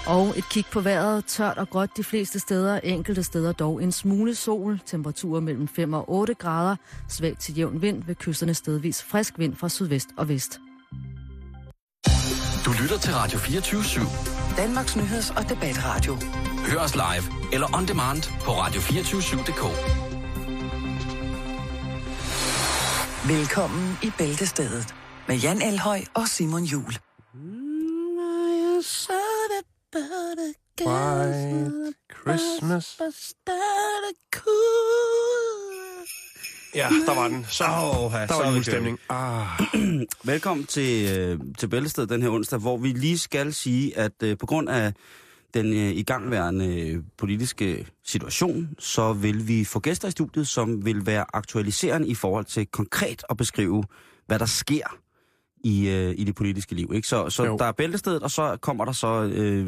Og et kig på vejret, tørt og gråt de fleste steder, enkelte steder dog en smule sol, temperaturer mellem 5 og 8 grader, svag til jævn vind ved kysterne stedvis frisk vind fra sydvest og vest. Du lytter til Radio 24/7. Danmarks nyheds- og debatradio. Hør os live eller on demand på radio247.dk. Velkommen i Bæltestedet med Jan Elhøj og Simon Juhl. White Christmas. Ja, der var den. Så der var julestemning. Velkommen til Bæltestedet den her onsdag, hvor vi lige skal sige, at på grund af den igangværende politiske situation, så vil vi få gæster i studiet, som vil være aktualiserende i forhold til konkret at beskrive, hvad der sker i det politiske liv. Ikke? Så der er Bæltestedet, og så kommer der så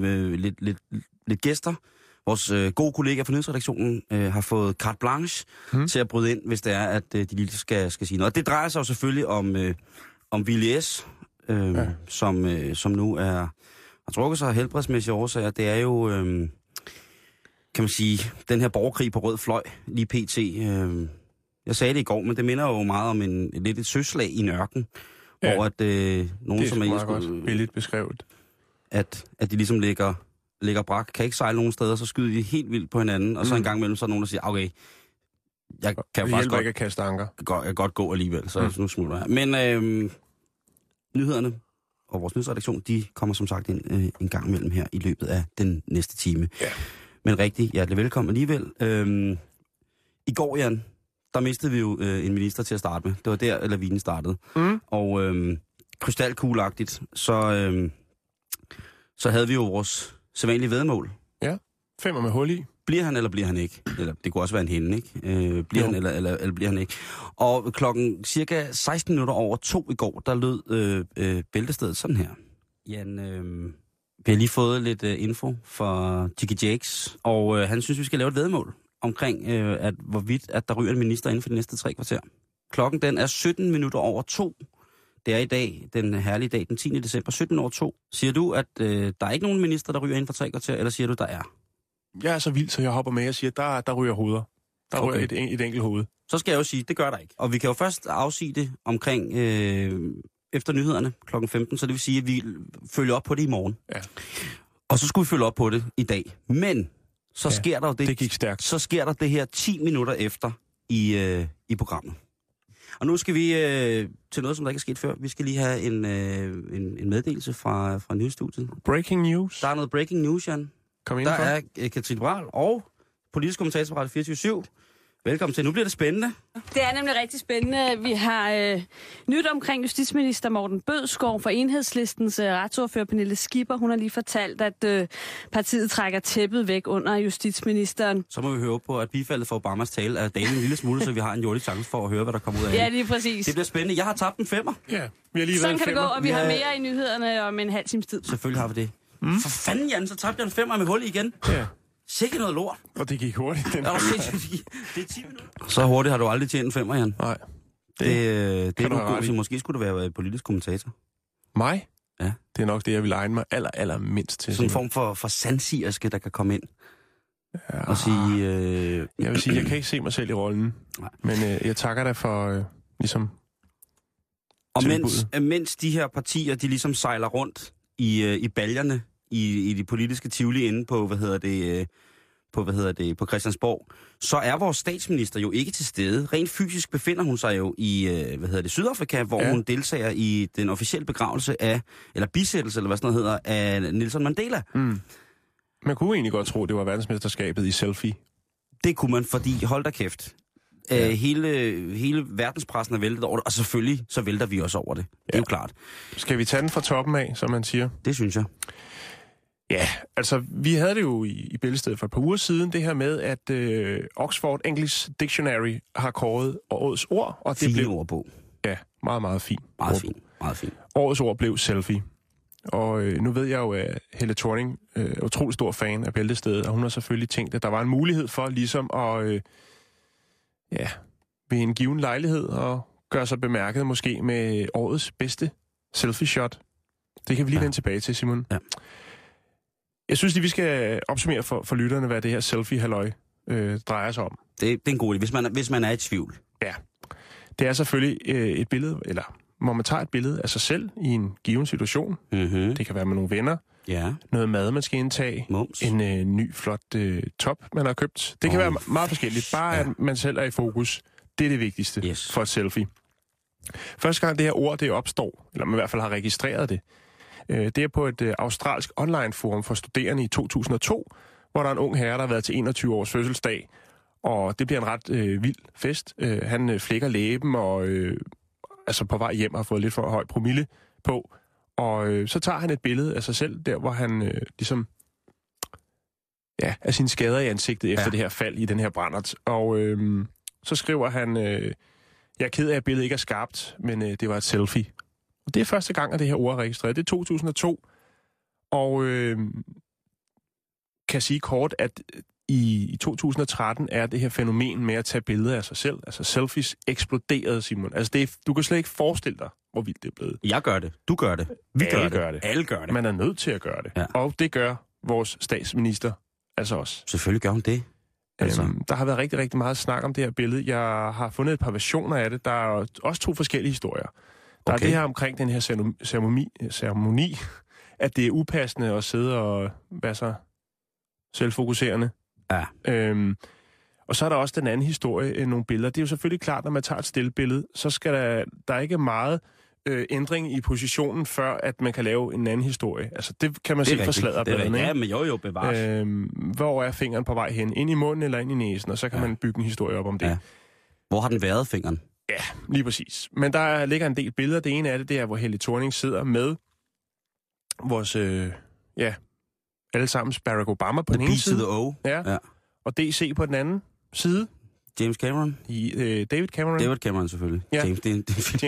lidt gæster. Vores gode kollega fra nyhedsredaktionen har fået carte blanche til at bryde ind, hvis det er, at de lige skal sige noget. Og det drejer sig jo selvfølgelig om Willy S., som nu har trukket sig af helbredsmæssige årsager. Det er jo, kan man sige, den her borgerkrig på rød fløj, lige pt. Jeg sagde det i går, men det minder jo meget om lidt et søslag i en ørken. Ja, hvor at nogen, det som er godt billigt beskrevet. At de ligesom ligger brak, kan ikke sejle nogen steder, så skyder de helt vildt på hinanden, og så en gang imellem så er nogen, der siger, okay, jeg kan jo faktisk godt, ikke at kaste anker. Jeg kan godt gå alligevel, så nu smutter jeg. Men nyhederne og vores nyhedsredaktion, de kommer som sagt ind en gang imellem her i løbet af den næste time. Ja. Men rigtig hjertelig velkommen alligevel. I går, Jan, der mistede vi jo en minister til at starte med. Det var der, lavinen startede. Og krystalkuglagtigt, så havde vi jo vores sædvanlige væddemål. Ja, 5 med hul i. Bliver han, eller bliver han ikke? Eller det kunne også være en hende, ikke? Bliver han, eller bliver han ikke? Og klokken cirka 16 minutter over 2 i går, der lød Bæltestedet sådan her. Jan, vi har lige fået lidt info fra Jiggy Jakes, og han synes, vi skal lave et væddemål omkring, hvorvidt at der ryger en minister inden for de næste 3 kvarter. Klokken den er 17 minutter over 2. Det er i dag, den herlige dag, den 10. december, 17 over 2. Siger du, at der er ikke nogen minister, der ryger inden for 3 kvarter, eller siger du, der er? Jeg er så vild, så jeg hopper med og siger, der ryger hoveder. Der ryger et enkelt hoved. Så skal jeg jo sige, det gør der ikke. Og vi kan jo først afsige det omkring efter nyhederne klokken 15, så det vil sige, at vi følger op på det i morgen. Ja. Og så skulle vi følge op på det i dag. Men så sker der jo det. Det gik stærkt. Så sker der det her 10 minutter efter i programmet. Og nu skal vi til noget, som der ikke er sket før. Vi skal lige have en meddelelse fra nyhedsstudiet. Breaking news. Der er noget breaking news, Jan. Kom ind. Der er Katrine Bral og politisk kommentator på Radio 24/7. Velkommen til. Nu bliver det spændende. Det er nemlig rigtig spændende. Vi har nyt omkring justitsminister Morten Bødskov fra Enhedslistens retsordfører Pernille Skipper. Hun har lige fortalt, at partiet trækker tæppet væk under justitsministeren. Så må vi høre på, at bifaldet for Obamas tale er dagen en lille smule, så vi har en jordig chance for at høre, hvad der kommer ud af det. Ja, lige præcis. Det bliver spændende. Jeg har tabt en 5'er. Ja, vi har lige sådan været kan det gå, og vi har mere i nyhederne om en halv times tid. Selvfølgelig har vi det. For fanden, Jan, så tabte jeg en 5'er med hul igen. Ja. Sikke noget lort. Og det gik hurtigt. Det er 10 minutter. Så hurtigt har du aldrig tjent en 5'er, Jan. Nej. Det er du god til. Måske skulle du være politisk kommentator. Mig? Ja. Det er nok det, jeg vil egne mig allermindst til. Sådan en form for sandsierske, der kan komme ind. Ja. Og sige... Jeg vil sige, jeg kan ikke se mig selv i rollen. Nej. Men jeg takker dig for ligesom... Og mens de her partier, de ligesom sejler rundt i baljerne, i de politiske tivoli inde på, på Christiansborg, så er vores statsminister jo ikke til stede. Rent fysisk befinder hun sig jo i, Sydafrika, hvor hun deltager i den officielle begravelse af, eller bisættelse, eller hvad sådan noget hedder, af Nelson Mandela. Man kunne egentlig godt tro, det var verdensmesterskabet i selfie. Det kunne man, fordi hold da kæft. Ja. Hele verdenspressen er væltet over det, og selvfølgelig så vælter vi også over det. Det er jo klart. Skal vi tage den fra toppen af, som man siger? Det synes jeg. Ja, altså vi havde det jo i Bæltestedet for et par uger siden, det her med, at Oxford English Dictionary har kåret årets ord. Og det blev ordbog. Ja, meget, meget fint. Meget fint. Årets ord blev selfie. Og nu ved jeg jo, at Helle Thorning er utrolig stor fan af Bæltestedet, og hun har selvfølgelig tænkt, at der var en mulighed for ligesom at, ved en given lejlighed og gøre sig bemærket måske med årets bedste selfie-shot. Det kan vi lige vende tilbage til, Simon. Ja. Jeg synes lige, vi skal opsummere for lytterne, hvad det her selfie-halløj drejer sig om. Det er en god idé, hvis man er i tvivl. Ja. Det er selvfølgelig et billede, eller hvor man tager et billede af sig selv i en given situation. Mm-hmm. Det kan være med nogle venner. Ja. Noget mad, man skal indtage. Mums. En ny, flot top, man har købt. Det kan være meget forskelligt. Bare at man selv er i fokus. Det er det vigtigste for et selfie. Første gang det her ord det opstår, eller man i hvert fald har registreret det, det er på et australsk online-forum for studerende i 2002, hvor der er en ung herre, der har været til 21 års fødselsdag. Og det bliver en ret vild fest. Han flækker læben og altså på vej hjem har fået lidt for høj promille på. Og så tager han et billede af sig selv, der hvor han ligesom af sine skader i ansigtet efter det her fald i den her brændert. Og så skriver han, jeg er ked af, at billedet ikke er skarpt, men det var et selfie. Og det er første gang, at det her ord er registreret. Det er 2002. Og kan sige kort, at i 2013 er det her fænomen med at tage billeder af sig selv, altså selfies, eksploderet, Simon. Altså du kan slet ikke forestille dig, hvor vildt det er blevet. Jeg gør det. Du gør det. Vi gør det. Alle gør det. Man er nødt til at gøre det. Ja. Og det gør vores statsminister altså også. Selvfølgelig gør hun det. Altså. Der har været rigtig, rigtig meget snak om det her billede. Jeg har fundet et par versioner af det. Der er også 2 forskellige historier. Der er det her omkring den her ceremoni, at det er upassende at sidde og være så selvfokuserende. Ja. Og så er der også den anden historie, nogle billeder. Det er jo selvfølgelig klart, når man tager et stillbillede, så skal der er ikke meget ændring i positionen, før at man kan lave en anden historie. Altså, det kan man se fra sladderbladene. Ja, men jo, bevares. Hvor er fingeren på vej hen? Ind i munden eller ind i næsen? Og så kan man bygge en historie op om det. Ja. Hvor har den været, fingeren? Ja, lige præcis. Men der ligger en del billeder. Det ene af det er, hvor Helle Thorning sidder med vores, alle sammen Barack Obama på den ene side. Ja. Og DC på den anden side. James Cameron? David Cameron. David Cameron, selvfølgelig. Ja. James Dean.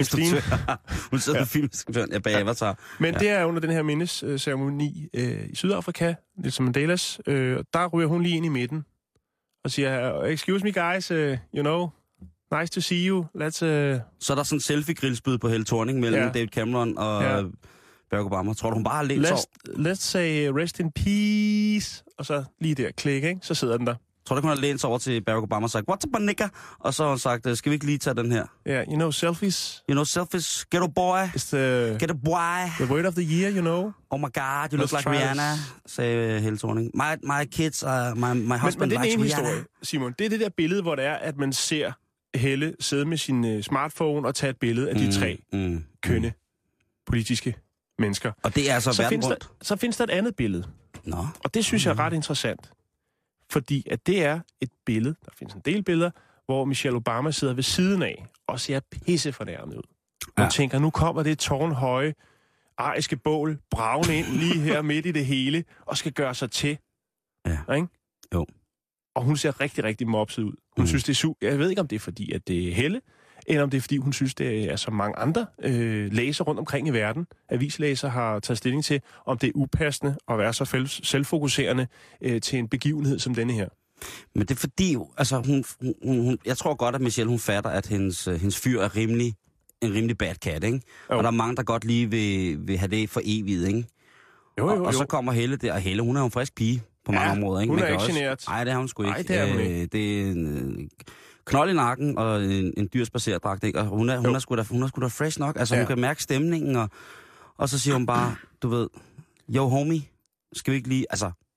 Hun sidder med filminstruktøren bag Avatar. Men det er under den her mindesceremoni i Sydafrika, lidt som Mandelas. Der ryger hun lige ind i midten og siger, excuse me guys, you know, nice to see you. Let's... Så er der sådan en selfie-grillspyd på Helle Thorning mellem David Cameron og Barack Obama. Tror du, hun bare har læst Let's say rest in peace. Og så lige der, klik, ikke? Så sidder den der. Tror du, hun har lænet sig over til Barack Obama og sagt, what's up, nigga? Og så har hun sagt, skal vi ikke lige tage den her? Yeah, you know, selfies. You know, selfies. Get a boy. Get a boy. The word of the year, you know. Oh my god, you look like Rihanna, sagde Helle Thorning. My kids, my husband likes Rihanna. Historie, Simon, det er det der billede, hvor det er, at man ser Helle sidde med sin smartphone og tage et billede af de 3 kønne politiske mennesker. Og det er altså verden rundt. Så findes der et andet billede. Nå. Og det synes jeg er ret interessant. Fordi at det er et billede, der findes en del billeder, hvor Michelle Obama sidder ved siden af og ser pissefornærmet ud. Og tænker, nu kommer det tårnhøje, ariske bål, bragen ind lige her midt i det hele, og skal gøre sig til. Ja. Ikke? Jo. Og hun ser rigtig, rigtig mopset ud. Hun synes, det er jeg ved ikke, om det er fordi, at det er Helle, eller om det er fordi, hun synes, det er så mange andre læser rundt omkring i verden. Avislæser har taget stilling til, om det er upassende at være så selvfokuserende til en begivenhed som denne her. Men det er fordi, altså hun jeg tror godt, at Michelle hun fatter, at hendes fyr er en rimelig bad cat, ikke? Jo. Og der er mange, der godt lige vil have det for evigt, ikke? Jo. Og så kommer Helle der, og Helle, hun er jo en frisk pige på mange områder, ikke? Hun er ikke generet. Nej, det har hun sgu ikke. Nej, det er hun ikke. Det er en knold i nakken og en dyrspacerdragt, ikke? Og hun er sgu da fresh nok. Altså, hun kan mærke stemningen, og så siger hun bare, du ved, yo homie, skal vi ikke lige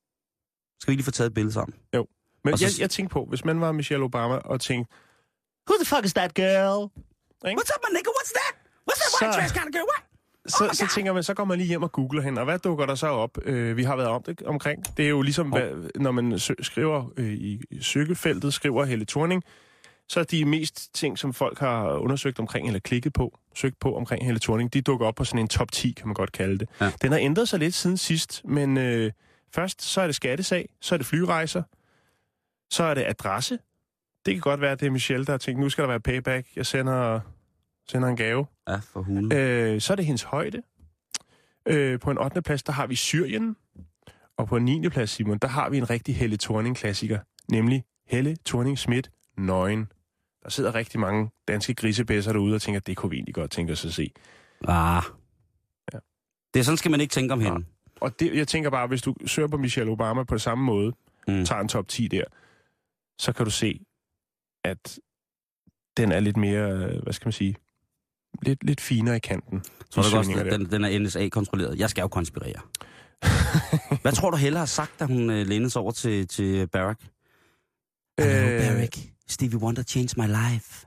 få taget et billede sammen? Jo. Men jeg tænkte på, hvis man var Michelle Obama og tænkte, who the fuck is that girl? What's up, my nigga? What's that? What's that white trash kind of girl? What? Så tænker man, så går man lige hjem og googler hende, og hvad dukker der så op? Vi har været omkring. Det er jo ligesom, når man skriver i søgefeltet, skriver Helle Thorning, så er de mest ting, som folk har undersøgt omkring, eller klikket på, søgt på omkring Helle Thorning, de dukker op på sådan en top 10, kan man godt kalde det. Ja. Den har ændret sig lidt siden sidst, men først så er det skattesag, så er det flyrejser, så er det adresse. Det kan godt være, at det er Michelle, der har tænkt, nu skal der være payback, jeg sender en gave. Ja, for hulen. Så er det hendes højde. På en 8. plads, der har vi Syrien, og på en 9. plads, Simon, der har vi en rigtig Helle Thorning-klassiker, nemlig Helle Thorning-Schmidt, nøgen. Der sidder rigtig mange danske grisebæsser derude og tænker, det kunne vi egentlig godt tænke os at se. Ja. Det er sådan, skal man ikke tænke om hende. Og det, jeg tænker bare, hvis du søger på Michelle Obama på samme måde, tager en top 10 der, så kan du se, at den er lidt mere, hvad skal man sige, lidt finere i kanten. Så er det også, den er NSA-kontrolleret. Jeg skal jo konspirere. Hvad tror du Helle har sagt, da hun lænede sig over til Barack? Hello, Barack. Stevie Wonder changed my life.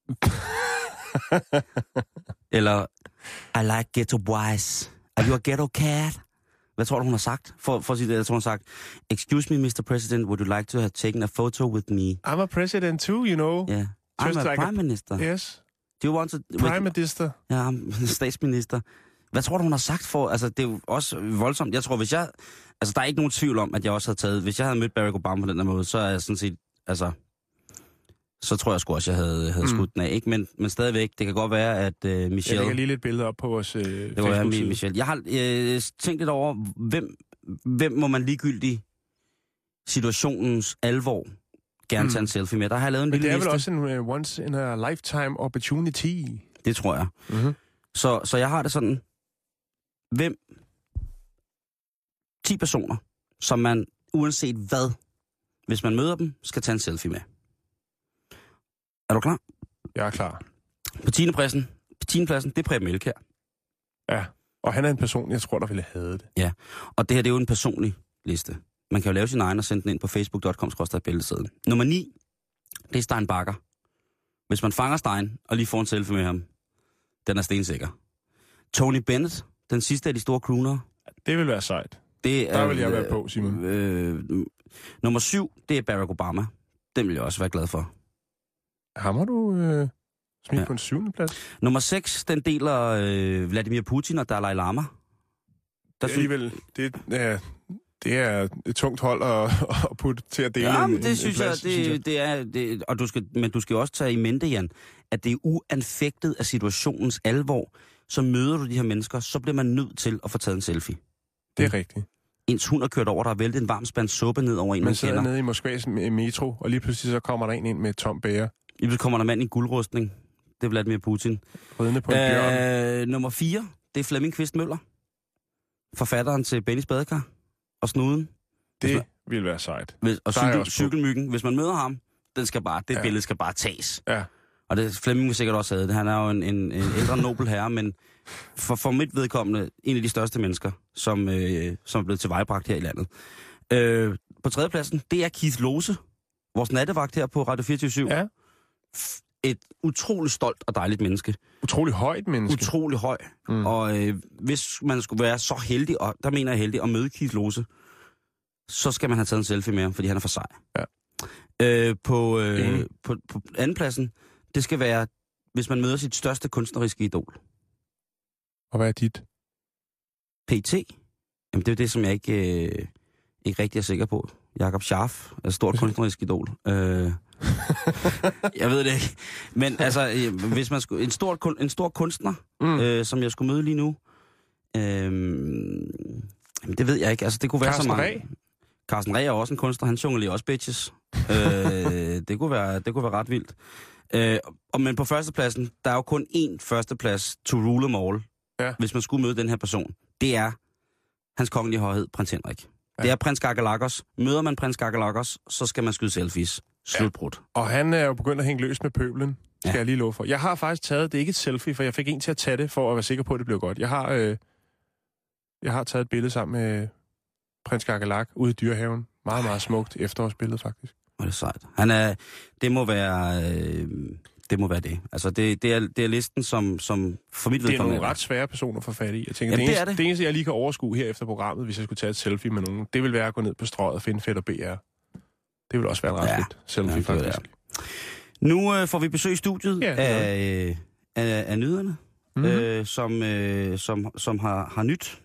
Eller, I like ghetto boys. Are you a ghetto cat? Hvad tror du, hun har sagt? For at sige det, jeg tror, hun har sagt, excuse me, Mr. President, would you like to have taken a photo with me? I'm a president too, you know. Yeah. I'm a prime minister. Yes. Do you want to... Prime minister. Ja, statsminister. Hvad tror du, hun har sagt for... Altså, det er jo også voldsomt. Jeg tror, hvis jeg... Altså, der er ikke nogen tvivl om, at jeg også havde taget... Hvis jeg havde mødt Barack Obama på den der måde, så er jeg sådan set... Altså... Så tror jeg sgu også, jeg havde skudt den af, ikke? Men stadigvæk, det kan godt være, at Michelle... Jeg lægger lige lidt billeder op på vores det var Facebook-side. Michelle. Jeg har tænkt lidt over, hvem må man ligegyldigt situationens alvor gerne tage en selfie med. Der har jeg lavet en lille liste. Det er vel også en once in a lifetime opportunity. Det tror jeg. Mm-hmm. Så jeg har det sådan... 10 personer, som man, uanset hvad, hvis man møder dem, skal tage en selfie med. Er du klar? Jeg er klar. På 10. pladsen, det er Preben Elkjær. Ja, og han er en person, jeg tror, der ville have det. Ja, og det her det er jo en personlig liste. Man kan jo lave sin egen og sende den ind på facebook.com/bæltestedet. Nummer 9, det er Stein Bakker. Hvis man fanger Stein og lige får en selfie med ham, den er stensikker. Tony Bennett, den sidste af de store croonere. Det vil være sejt. Der vil jeg være på, Simon. Nummer 7, det er Barack Obama. Den vil jeg også være glad for. Hammer du smidt på en 7. plads? Nummer 6, den deler Vladimir Putin og Dalai Lama. Det er et tungt hold at putte til at dele en plads. Det er, og du skal jo også tage i mente, Jan, at det er uanfægtet af situationens alvor. Så møder du de her mennesker, så bliver man nødt til at få taget en selfie. Det er rigtigt. Ens hund har kørt over, der har væltet en varm spand suppe ned over en, man sidder nede i Moskvas metro, og lige pludselig så kommer der en ind med et tom bæger. Lige pludselig kommer der mand i guldrustning. Det er Vladimir Putin. Rødende på en bjørn. Nummer 4, det er Flemming Kvist Møller. Forfatteren til Bennys Badekar og Snuden. Det vil være sejt. Og cykelmyggen. Hvis man møder ham, billede skal bare tages. Ja. Og det Flemming vil sikkert også have det. Han er jo en ældre nobel herre, men for mit vedkommende en af de største mennesker, som er blevet tilvejebragt her i landet. På 3. pladsen, det er Keith Lose, vores nattevagt her på Radio 24/7. Ja. Et utroligt stolt og dejligt menneske. Utrolig højt menneske. Utrolig høj. Og hvis man skulle være så heldig, og der mener jeg heldig, at møde Keith Lose, så skal man have taget en selfie med ham, fordi han er for sej. Ja. På 2. pladsen, det skal være, hvis man møder sit største kunstneriske idol. Og hvad er dit? PT? Jamen, det er det, som jeg ikke rigtig er sikker på. Jakob Scharf er stort kunstnerisk idol. Jeg ved det ikke. Men altså, hvis man skulle... En stor kunstner, som jeg skulle møde lige nu, det ved jeg ikke. Altså, det kunne være så mange... Carsten Reh er også en kunstner. Han jonglerer også bitches. Det kunne være ret vildt. Men på 1. pladsen, der er jo kun én 1. plads to rule them all. Ja. Hvis man skulle møde den her person. Det er hans kongelige højhed, prins Henrik. Ja. Det er prins Gagalakos. Møder man prins Gagalakos, så skal man skyde selfies. Slutbrud. Ja. Og han er jo begyndt at hænge løs med pøblen, skal jeg lige love for. Jeg har faktisk taget, det er ikke et selfie, for jeg fik en til at tage det, for at være sikker på, at det blev godt. Jeg har taget et billede sammen med prins Gagalak ude i Dyrehaven. Meget, meget smukt efterårsbillede, faktisk. Og det er sejt. Det må være det. Altså, det er listen, som for mit vedkommende... Det er nogle ret svære personer at få fat i. Jeg tænker, det eneste, jeg lige kan overskue her efter programmet, hvis jeg skulle tage et selfie med nogen, det vil være at gå ned på strøget og finde Fætter BR. Det vil også være en ret fedt selfie, faktisk. Nu får vi besøg i studiet af nyderne, som har nyt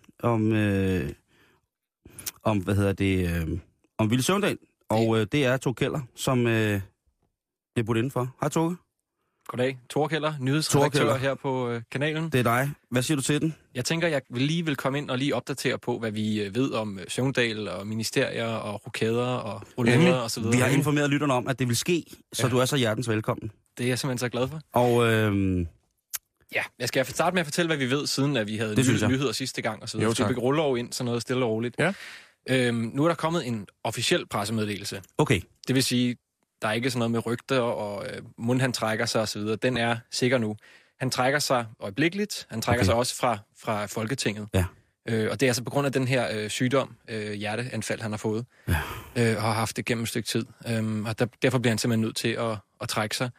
om Ville Søvndal. Og det er Tore Keller, som bliver budt indenfor. Hej, Tore. Goddag. Tore Keller, nyhedsredaktør her på kanalen. Det er dig. Hvad siger du til den? Jeg tænker, jeg vil komme ind og lige opdatere på, hvad vi ved om Søvndal og ministerier og rokader og rulleder og så videre. Vi har informeret lytterne om, at det vil ske, så du er så hjertens velkommen. Det er jeg simpelthen så glad for. Og Ja, jeg skal starte med at fortælle, hvad vi ved, siden at vi havde nyheder sidste gang og så videre. Så vi ruller over ind sådan noget stille og roligt. Ja. Nu er der kommet en officiel pressemeddelelse. Okay. Det vil sige, der er ikke sådan noget med rygter og mund han trækker sig og så videre. Den er sikker nu. Han trækker sig øjeblikkeligt. Han trækker sig også fra Folketinget. Ja. Og det er altså på grund af den her sygdom, hjerteanfald, han har fået. Ja. Og har haft det gennem et stykke tid. Og derfor bliver han simpelthen nødt til at trække sig.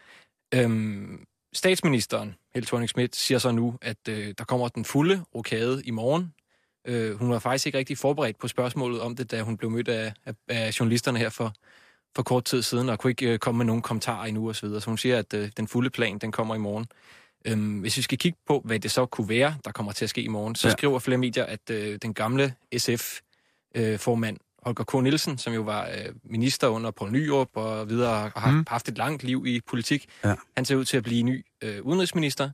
Statsministeren, Helle Thorning-Schmidt, siger så nu, at der kommer den fulde rokade i morgen. Hun var faktisk ikke rigtig forberedt på spørgsmålet om det, da hun blev mødt af journalisterne her for kort tid siden, og kunne ikke komme med nogen kommentarer endnu osv. Så hun siger, at den fulde plan, den kommer i morgen. Hvis vi skal kigge på, hvad det så kunne være, der kommer til at ske i morgen, så skriver flere medier, at den gamle SF-formand, Holger K. Nielsen, som jo var minister under Poul Nyrup og videre, og har haft et langt liv i politik, han ser ud til at blive ny udenrigsminister.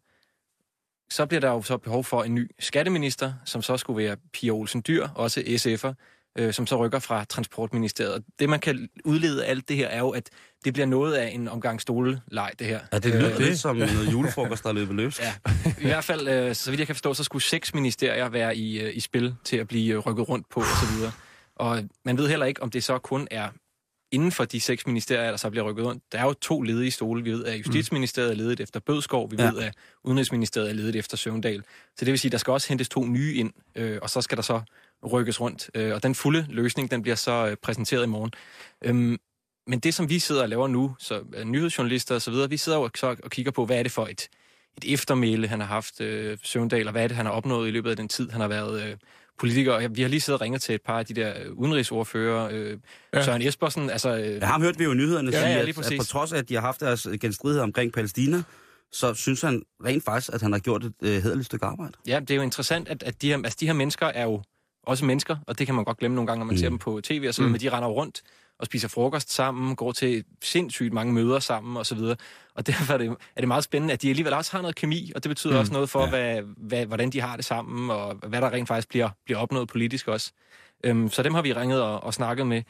Så bliver der jo så behov for en ny skatteminister, som så skulle være Pia Olsen Dyhr, også SF'er, som så rykker fra Transportministeriet. Det, man kan udlede af alt det her, er jo, at det bliver noget af en omgang stoleleg, det her. Ja, det lyder lidt som noget julefrokost, der er løbet løs. Ja, i hvert fald, så vidt jeg kan forstå, så skulle 6 ministerier være i spil til at blive rykket rundt på, og så videre. Og man ved heller ikke, om det så kun er inden for de 6 ministerier, der så bliver rykket rundt. Der er jo 2 ledige stole. Vi ved, at Justitsministeriet er ledet efter Bødskov. Vi ved, at Udenrigsministeriet er ledet efter Søvndal. Så det vil sige, at der skal også hentes 2 nye ind, og så skal der så rykkes rundt. Og den fulde løsning, den bliver så præsenteret i morgen. Men det, som vi sidder og laver nu, så nyhedsjournalister og så videre, vi sidder jo så og kigger på, hvad er det for et eftermæle, han har haft Søvndal, og hvad er det, han har opnået i løbet af den tid, han har været politiker. Og vi har lige siddet og ringet til et par af de der udenrigsordfører. Søren Espersen. Altså, ham hørte vi jo i nyhederne sige, at på trods af, at de har haft deres genstridighed omkring Palæstina, så synes han rent faktisk, at han har gjort et hæderligt stykke arbejde. Ja, det er jo interessant, at de her mennesker er jo også mennesker, og det kan man godt glemme nogle gange, når man ser dem på tv og så videre, men de render rundt og spiser frokost sammen, går til sindssygt mange møder sammen og så videre. Og derfor er det meget spændende, at de alligevel også har noget kemi, og det betyder også noget for, hvordan de har det sammen, og hvad der rent faktisk bliver opnået politisk også. Så dem har vi ringet og snakket med.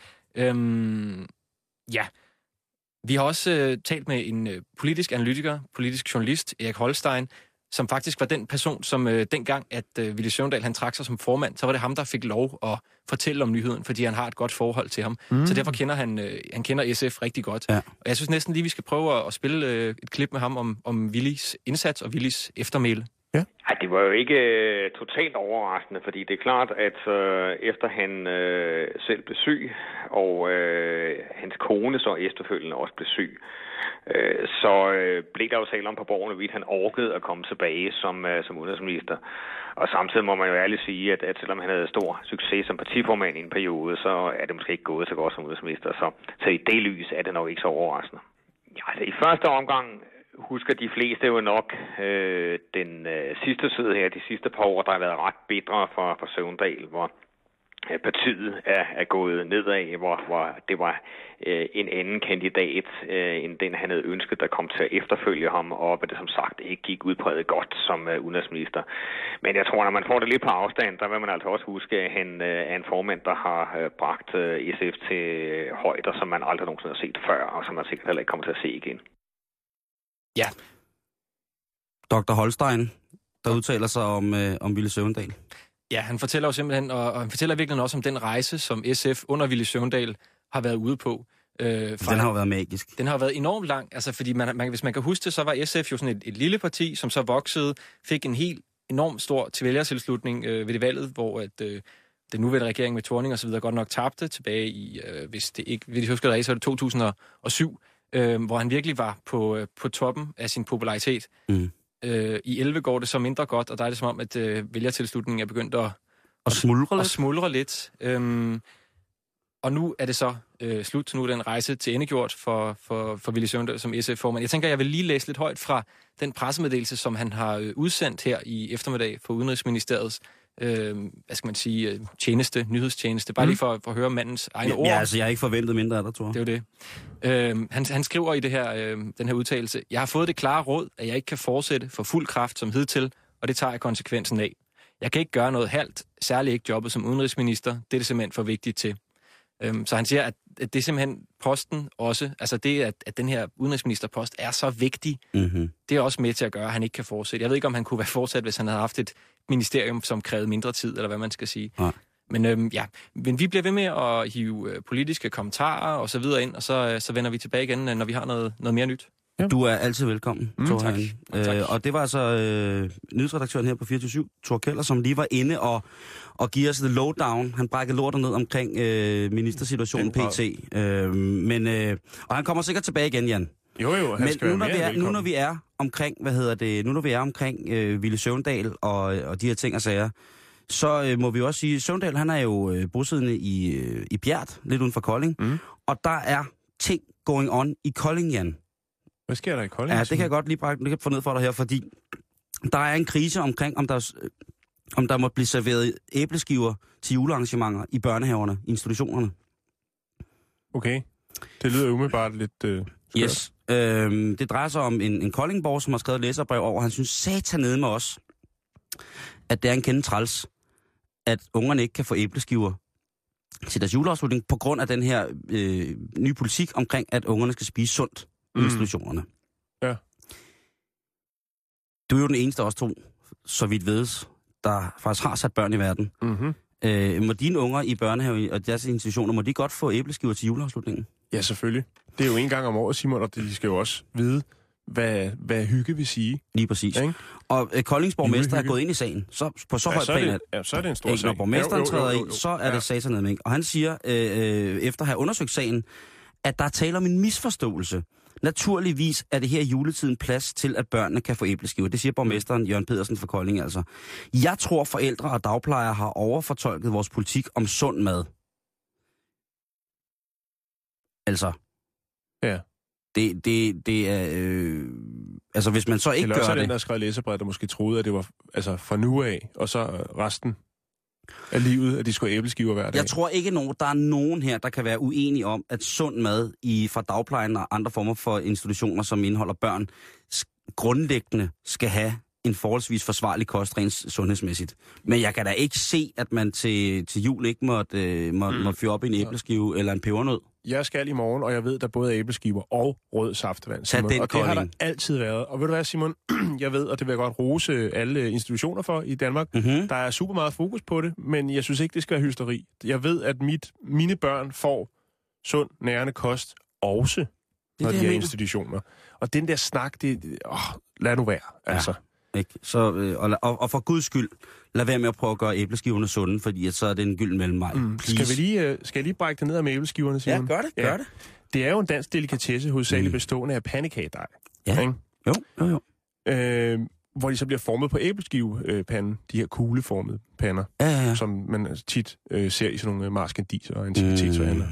Vi har også talt med en politisk analytiker, politisk journalist, Erik Holstein, som faktisk var den person, som dengang, at Villy Søvndal han trak sig som formand, så var det ham, der fik lov at fortælle om nyheden, fordi han har et godt forhold til ham. Så derfor kender han kender SF rigtig godt. Ja. Og jeg synes næsten lige, vi skal prøve at spille et klip med ham om Willys indsats og Willys eftermæle. Ja. Ej, det var jo ikke totalt overraskende, fordi det er klart, at efter han selv blev syg, og hans kone så efterfølgende også blev syg, så blev der jo tale om på Borgen, hvorvidt han orkede at komme tilbage som udenrigsminister. Og samtidig må man jo ærligt sige, at selvom han havde stor succes som partiformand i en periode, så er det måske ikke gået så godt som udenrigsminister. Så i det lys er det nok ikke så overraskende. Ja, altså, i første omgang husker de fleste jo nok den sidste tid her, de sidste par år, der har været ret bitre for Søvndal, hvor partiet er gået nedad, hvor det var en anden kandidat end den, han havde ønsket, der kom til at efterfølge ham, og at det som sagt ikke gik udpræget godt som udenrigsminister. Men jeg tror, når man får det lidt på afstand, der vil man altså også huske, at han er en formand, der har bragt SF til højder, som man aldrig nogensinde har set før, og som man sikkert heller ikke kommer til at se igen. Ja. Dr. Holstein, der udtaler sig om Villy Søvndal. Ja, han fortæller jo simpelthen, og han fortæller virkelig også om den rejse, som SF under Villy Søvndal har været ude på. Den har jo været magisk. Den har været enormt lang, altså fordi hvis man kan huske det, så var SF jo sådan et lille parti, som så voksede, fik en helt enormt stor vælgertilslutning ved det valget, hvor at den nuværende regering med Thorning og så videre godt nok tabte tilbage i, hvis I husker det, så er det 2007, hvor han virkelig var på toppen af sin popularitet. I 11 går det så mindre godt, og der er det som om, at vælgertilslutningen er begyndt at smuldre lidt. Og nu er det så slut. Nu er den rejse til endegjort for Villy Søvndal som SF-formand. Jeg tænker, jeg vil lige læse lidt højt fra den pressemeddelelse, som han har udsendt her i eftermiddag for Udenrigsministeriets hvad skal man sige, nyhedstjeneste. Bare lige for at høre mandens egne ord. Ja, altså jeg har ikke forventet mindre af dig, tror jeg. Det er jo det. Han skriver i den her udtalelse: Jeg har fået det klare råd, at jeg ikke kan fortsætte for fuld kraft som hidtil, og det tager jeg konsekvensen af. Jeg kan ikke gøre noget halvt, særligt ikke jobbet som udenrigsminister. Det er det simpelthen for vigtigt til. Så han siger, at det er simpelthen posten også, altså det, at den her udenrigsministerpost er så vigtig, det er også med til at gøre, at han ikke kan fortsætte. Jeg ved ikke, om han kunne være fortsat, hvis han havde haft et ministerium, som krævede mindre tid, eller hvad man skal sige. Ja. Men vi bliver ved med at hive politiske kommentarer og så videre ind, og så vender vi tilbage igen, når vi har noget mere nyt. Ja. Du er altid velkommen, Thor. Tak. Og det var altså nyhedsredaktøren her på 24/7, Thor Keller, som lige var inde og give os the lowdown. Han brækkede lortet ned omkring ministersituationen PT. Og han kommer sikkert tilbage igen, Jan. Jo, han skal være nu når vi er omkring, Ville Søvndal og de her ting og sager, så må vi også sige, Søvndal, han er jo bosiddende i Bjert, lidt uden for Kolding. Og der er ting going on i Kolding, Jan. Hvad sker der i Kolding? Ja, det kan jeg godt lige få ned for dig her, fordi der er en krise omkring, om der må blive serveret æbleskiver til julearrangementer i børnehaverne, institutionerne. Okay. Det lyder umiddelbart lidt Yes. Det drejer sig om en Koldingborg, som har skrevet læserbrev over. Han synes satanede med os, at det er en kende træls, at ungerne ikke kan få æbleskiver til deres juleafslutning, på grund af den her nye politik omkring, at ungerne skal spise sundt i institutionerne. Ja. Du er jo den eneste af os to, så vidt vedes, der faktisk har sat børn i verden. Må dine unger i børnehave og deres institutioner, må de godt få æbleskiver til juleafslutningen? Ja, selvfølgelig. Det er jo en gang om året, Simon, og de skal jo også vide, hvad hygge vil sige. Lige præcis. Ikke? Og Koldings borgmester er gået ind i sagen. Så på så højt plan, så er det en stor sag. Når borgmesteren træder i, så er det satanede med. Og han siger, efter at have undersøgt sagen, at der er tale om en misforståelse. Naturligvis er det her i juletiden plads til, at børnene kan få æbleskiver. Det siger borgmesteren Jørgen Pedersen fra Kolding altså. Jeg tror, forældre og dagplejere har overfortolket vores politik om sund mad. Altså. Ja. Det er... altså, hvis man så ikke gør det... Eller også den, der skrev læserbrev, der måske troede, at det var fra nu af, og så resten af livet, at de skulle æbleskiver hver dag. Jeg tror ikke, der er nogen her, der kan være uenige om, at sund mad fra dagplejen og andre former for institutioner, som indeholder børn, grundlæggende skal have en forholdsvis forsvarlig kost rent sundhedsmæssigt. Men jeg kan da ikke se, at man til jul ikke måtte fyre op i en æbleskive eller en pebernød. Jeg skal i morgen, og jeg ved, der både er æbleskiver og rød saftevand, Simon. Og det har der altid været. Og ved du hvad, Simon? Jeg ved, og det vil jeg godt rose alle institutioner for i Danmark. Der er super meget fokus på det, men jeg synes ikke, det skal være hysteri. Jeg ved, at mine børn får sund, nærende kost også, når de er i institutioner. Og den der snak, lad nu være, altså. Ikke? Så, og for guds skyld, lad være med at prøve at gøre æbleskiverne sunde, fordi så er det en gylden mellemmej. Skal jeg lige brække det ned med æbleskiverne, Simon? Ja, gør det. Det er jo en dansk delikatesse, hovedsageligt bestående af pandekagedej. Ja, ikke? Jo. Hvor de så bliver formet på æbleskivepanden, de her kugleformede pander, som man tit ser i sådan nogle marskandiser og antikvitetsforhandler.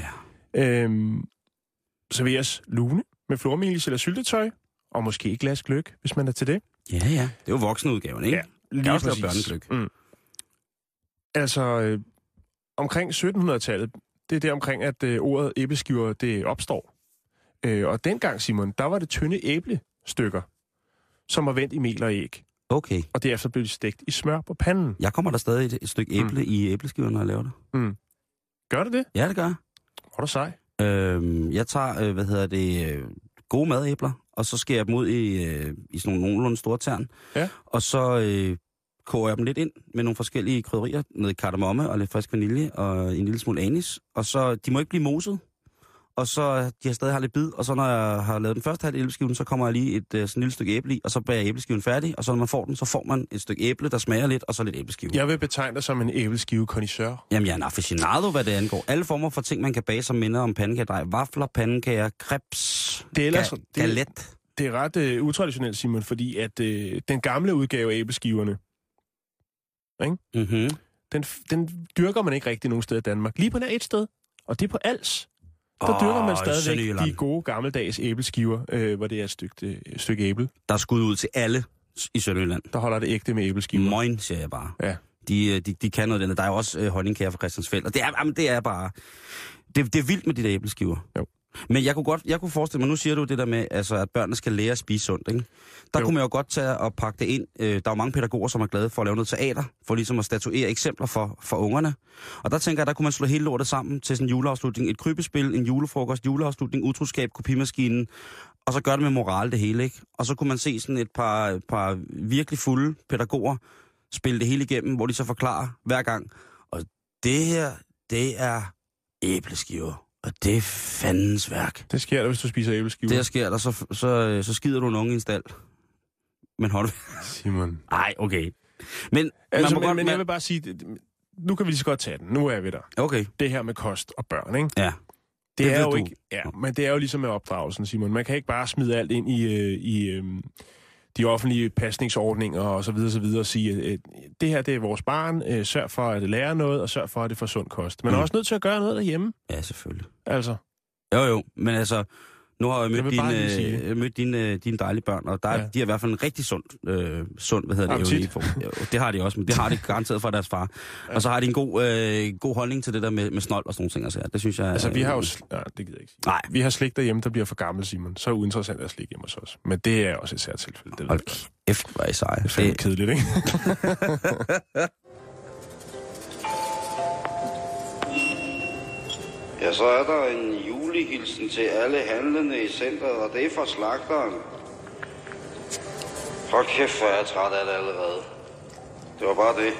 Serveres lune med flormelis eller syltetøj, og måske et glas gløgg, hvis man er til det. Ja. Det er jo voksenudgaven, ikke? Ja, lige også lave børnegløgg. Altså, omkring 1700-tallet, det er der omkring, at ordet æbleskiver, det opstår. Og dengang, Simon, der var det tynde æblestykker, som var vendt i mel og æg. Okay. Og derefter blev de stegt i smør på panden. Jeg kommer der stadig et stykke æble i æbleskiverne, når jeg laver det. Gør det det? Ja, det gør. Hvor er du sej? Jeg tager, gode madæbler, og så skærer jeg dem ud i sådan nogle nogenlunde store tern. Ja. Og så koger jeg dem lidt ind med nogle forskellige krydderier, noget kardemomme og lidt frisk vanilje og en lille smule anis. Og så, de må ikke blive moset. Og så, de har stadig lidt bid, og så når jeg har lavet den første halv æbleskiven, så kommer jeg lige sådan et lille stykke æble i, og så bager jeg æbleskiven færdig, og så når man får den, så får man et stykke æble, der smager lidt, og så lidt æbleskive. Jeg vil betegne dig som en æbleskive-kondisseur. Jamen, jeg er en aficionado, hvad det angår. Alle former for ting, man kan bage, som minder om pandekagedej. Vafler, pandekager, crepes, galet. Det er ret utraditionelt, Simon, fordi at den gamle udgave af æbleskiverne, ikke? Den dyrker man ikke rigtig nogen steder i Danmark. Lige på nær et sted, og det er på Als. Der dyrker man stadigvæk de gode gammeldags æbleskiver, hvor det er et stykke æble. Der er skud ud til alle i Sønderjylland. Der holder det ægte med æbleskiver. Moin, siger jeg bare. Ja. De kan noget den. Der er jo også honningkager fra Christiansfeld, og det er bare... Det er vildt med de der æbleskiver. Jo. Men jeg kunne forestille mig, nu siger du det der med, altså, at børnene skal lære at spise sundt, ikke? Der kunne man jo godt tage og pakke det ind. Der er jo mange pædagoger, som er glade for at lave noget teater, for ligesom at statuere eksempler for ungerne. Og der tænker jeg, der kunne man slå hele lortet sammen til sådan en juleafslutning. Et krybespil, en julefrokost, juleafslutning, utroskab, kopimaskinen, og så gør det med moral det hele, ikke? Og så kunne man se sådan et par virkelig fulde pædagoger spille det hele igennem, hvor de så forklarer hver gang. Og det her, det er æbleskiver. Og det er fandens værk. Det sker der, hvis du spiser æbleskiver. Det sker der, så skider du en unge i en stald. Men hold Simon. Nej, okay. Men, altså, men jeg vil bare sige, nu kan vi lige så godt tage den. Nu er vi der. Okay. Det her med kost og børn, ikke? Ja. Det er jo ikke... Ja, men det er jo ligesom med opdragelsen, Simon. Man kan ikke bare smide alt ind i de offentlige pasningsordninger og så videre og sige, det her, det er vores barn. Sørg for at lære noget, og sørg for at det får sund kost. Man er også nødt til at gøre noget derhjemme. Ja, selvfølgelig. Altså. Jo, men altså... Nu har jeg mødt dine dejlige børn, og de har i hvert fald en rigtig sund det har de også, men det har de garanteret fra deres far. Ja. Og så har de en god holdning til det der med snold og sådan nogle ting. Altså, det synes jeg... Altså, vi har jo... det gider jeg ikke sige. Nej. Vi har slik derhjemme, der bliver for gammel, Simon. Så er det uinteressant at slik hjemme hos os. Men det er også et særligt tilfælde. Hold kæft, hvor er I seje. Det er fandme kedeligt, ikke? Ja, så er der en julehilsen til alle handlende i centret, og det er fra slagteren. Hold kæft, hvor er jeg træt af det allerede. Det var bare det.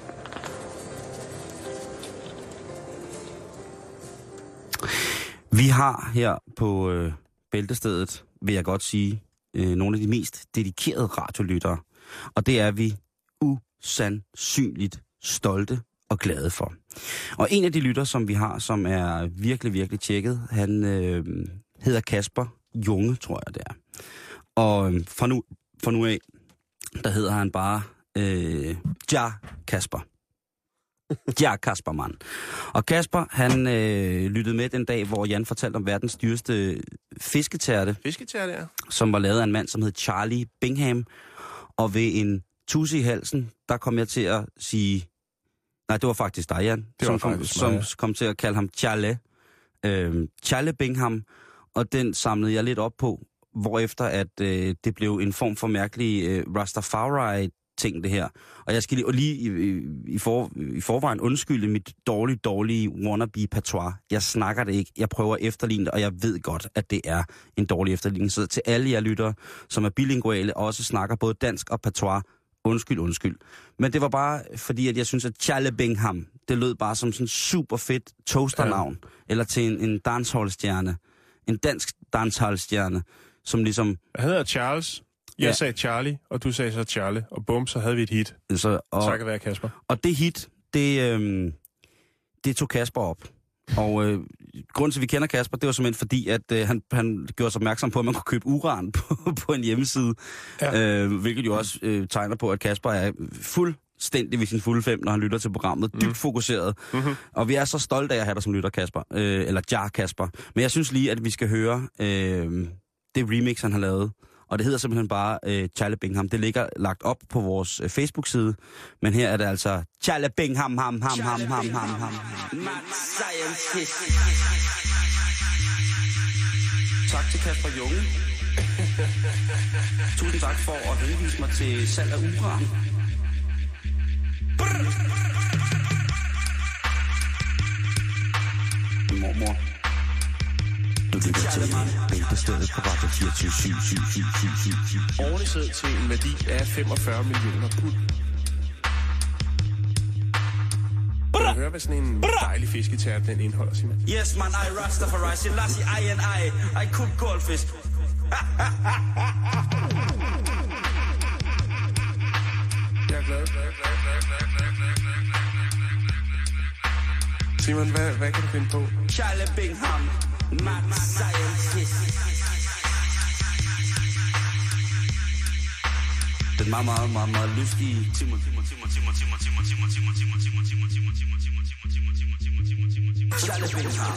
Vi har her på Bæltestedet, vil jeg godt sige, nogle af de mest dedikerede radiolyttere. Og det er vi usandsynligt stolte og glade for. Og en af de lytter, som vi har, som er virkelig, virkelig tjekket, han hedder Kasper Junge, tror jeg det er. Og fra nu af, der hedder han bare Ja Kasper. Ja Kasper, mand. Og Kasper, han lyttede med den dag, hvor Jan fortalte om verdens dyreste fisketærte. Fisketærte, ja. Som var lavet af en mand, som hed Charlie Bingham. Og ved en tusse i halsen, der kom jeg til at sige... Nej, det var faktisk dig, Jan, som kom til at kalde ham Charlie Bingham, og den samlede jeg lidt op på, hvorefter at det blev en form for mærkelig Rastafari-ting, det her. Og jeg skal lige i forvejen undskylde mit dårlige wannabe-patois. Jeg snakker det ikke, jeg prøver at efterligne det, og jeg ved godt, at det er en dårlig efterligning. Så til alle jer lyttere, som er bilinguale, også snakker både dansk og patois, undskyld. Men det var bare fordi, at jeg synes, at Charlie Bingham, det lød bare som sådan en super fedt toasternavn. Ja. Eller til en dancehall-stjerne. En dansk dancehall-stjerne, som ligesom... Han hedder Charles. Jeg sagde Charlie, og du sagde så Charlie. Og bum, så havde vi et hit. Tak at være Kasper. Og det hit, det tog Kasper op. Og grunden til, at vi kender Kasper, det var simpelthen fordi, at han gjorde sig opmærksom på, at man kunne købe uran på en hjemmeside. Ja. Hvilket jo også tegner på, at Kasper er fuldstændig ved sin fulde fem, når han lytter til programmet. Dybt fokuseret. Mm-hmm. Og vi er så stolte af at have dig som lytter, Kasper. Eller Ja Kasper. Men jeg synes lige, at vi skal høre det remix, han har lavet. Og det hedder simpelthen bare Charlie Bingham. Det ligger lagt op på vores Facebook-side. Men her er det altså Charlie Bingham, ham. Tak til Kasper Junge. Tusind tak for at henvise mig til salg af uran. Mormor. Du lytter til Bæltestedet på Radio 24/7. Årlig sæd til en værdi af 45 millioner pund. Kan du høre, hvad sådan en dejlig fisketært den indeholder, Simon? Yes, man, I Rastafari, Selassie, I cook goldfish. Jeg er glad. Simon, hvad kan du finde på? Charlie Bingham. Mad scientist. Den meget lystige Timon. Charlie Bingham.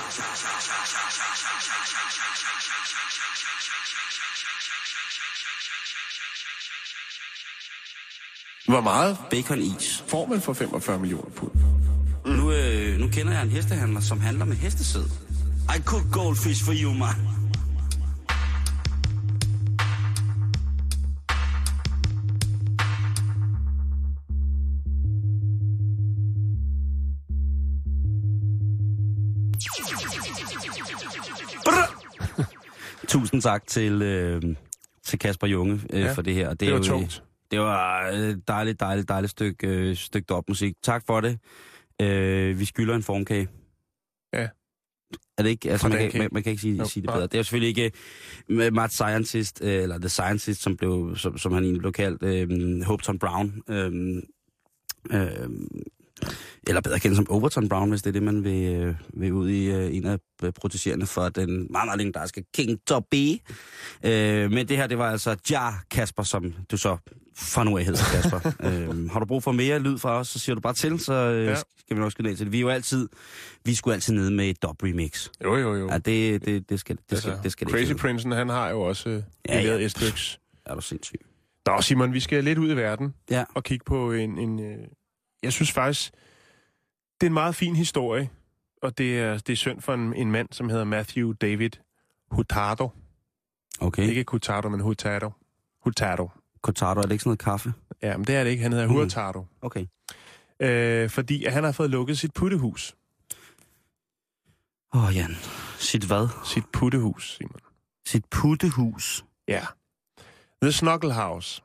Hvor meget baconis får man for 45 millioner pund? Nu kender jeg en hestehandler, som handler med hestesæd. I cook goldfish for you, man. Tusind tak til Kasper Junge for det her. Det var tungt. Det var dejligt stykke dopmusik. Tak for det. Vi skylder en formkage. Ja. Er det ikke? Altså, man kan ikke sige det bedre. Det er jo selvfølgelig ikke Mad Scientist, eller The Scientist, som han egentlig blev kaldt, Hopeton Brown. Eller bedre kendt som Overton Brown, hvis det er det, man vil ud i en af protegerende for den meget legendariske King Tubby. Men det her, det var altså Kasper, som du så fra nu af hedder, Kasper. Har du brug for mere lyd fra os, så siger du bare til, så skal vi nok skynde ned til det. Vi er sgu altid nede med et dub-remix. Jo. Ja, det skal Crazy Prince'en, han har jo også lavet et styks. Er du sindssyg. Nå, Simon, vi skal lidt ud i verden og kigge på en jeg synes faktisk, det er en meget fin historie, og det er synd for en mand, som hedder Matthew David Hurtado. Okay. Ikke Hurtado, men Hurtado. Hurtado, er det ikke sådan noget kaffe? Ja, men det er det ikke. Han hedder Hurtado. Okay. Fordi han har fået lukket sit puttehus. Jan. Sit hvad? Sit puttehus, Simon. Sit puttehus? Ja. The Snuggle House.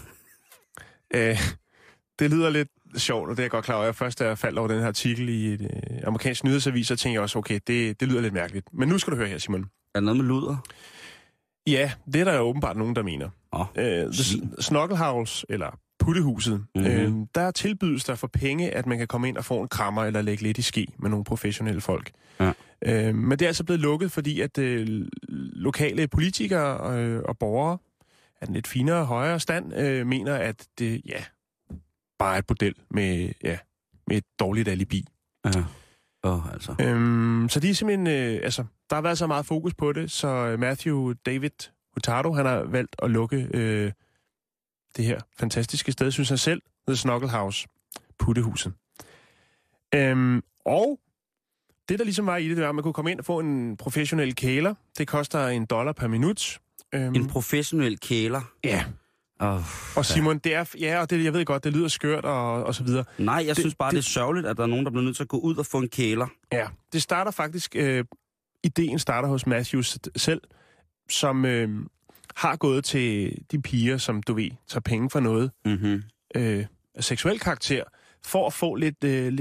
Det lyder lidt sjovt, og det er jeg godt klar over. Først da jeg faldt over den her artikel i et amerikansk nyhedsavis, så tænkte jeg også, okay, det lyder lidt mærkeligt. Men nu skal du høre her, Simon. Er det noget med luder? Ja, det er der jo åbenbart nogen, der mener. The Snuggle House, eller puttehuset, der tilbydes der for penge, at man kan komme ind og få en krammer eller lægge lidt i ske med nogle professionelle folk. Ja. Men det er altså blevet lukket, fordi at lokale politikere og borgere af den lidt finere og højere stand mener, at det bare er et bordel med et dårligt alibi. Ja. Altså. Så de er simpelthen, der har været så meget fokus på det, så Matthew David Hurtado, han har valgt at lukke det her fantastiske sted, synes han selv, The Snuggle House, puttehuset. Og det, der ligesom var i det, var, at man kunne komme ind og få en professionel kæler. Det koster $1 per minut. En professionel kæler? Ja. Og Simon, det er, og det, jeg ved godt, det lyder skørt og så videre. Nej, jeg synes bare, det er sørgeligt, at der er nogen, der bliver nødt til at gå ud og få en kæler. Ja, det starter faktisk, ideen starter hos Matthews selv, som har gået til de piger, som du ved, tager penge for noget af seksuel karakter, for at få lidt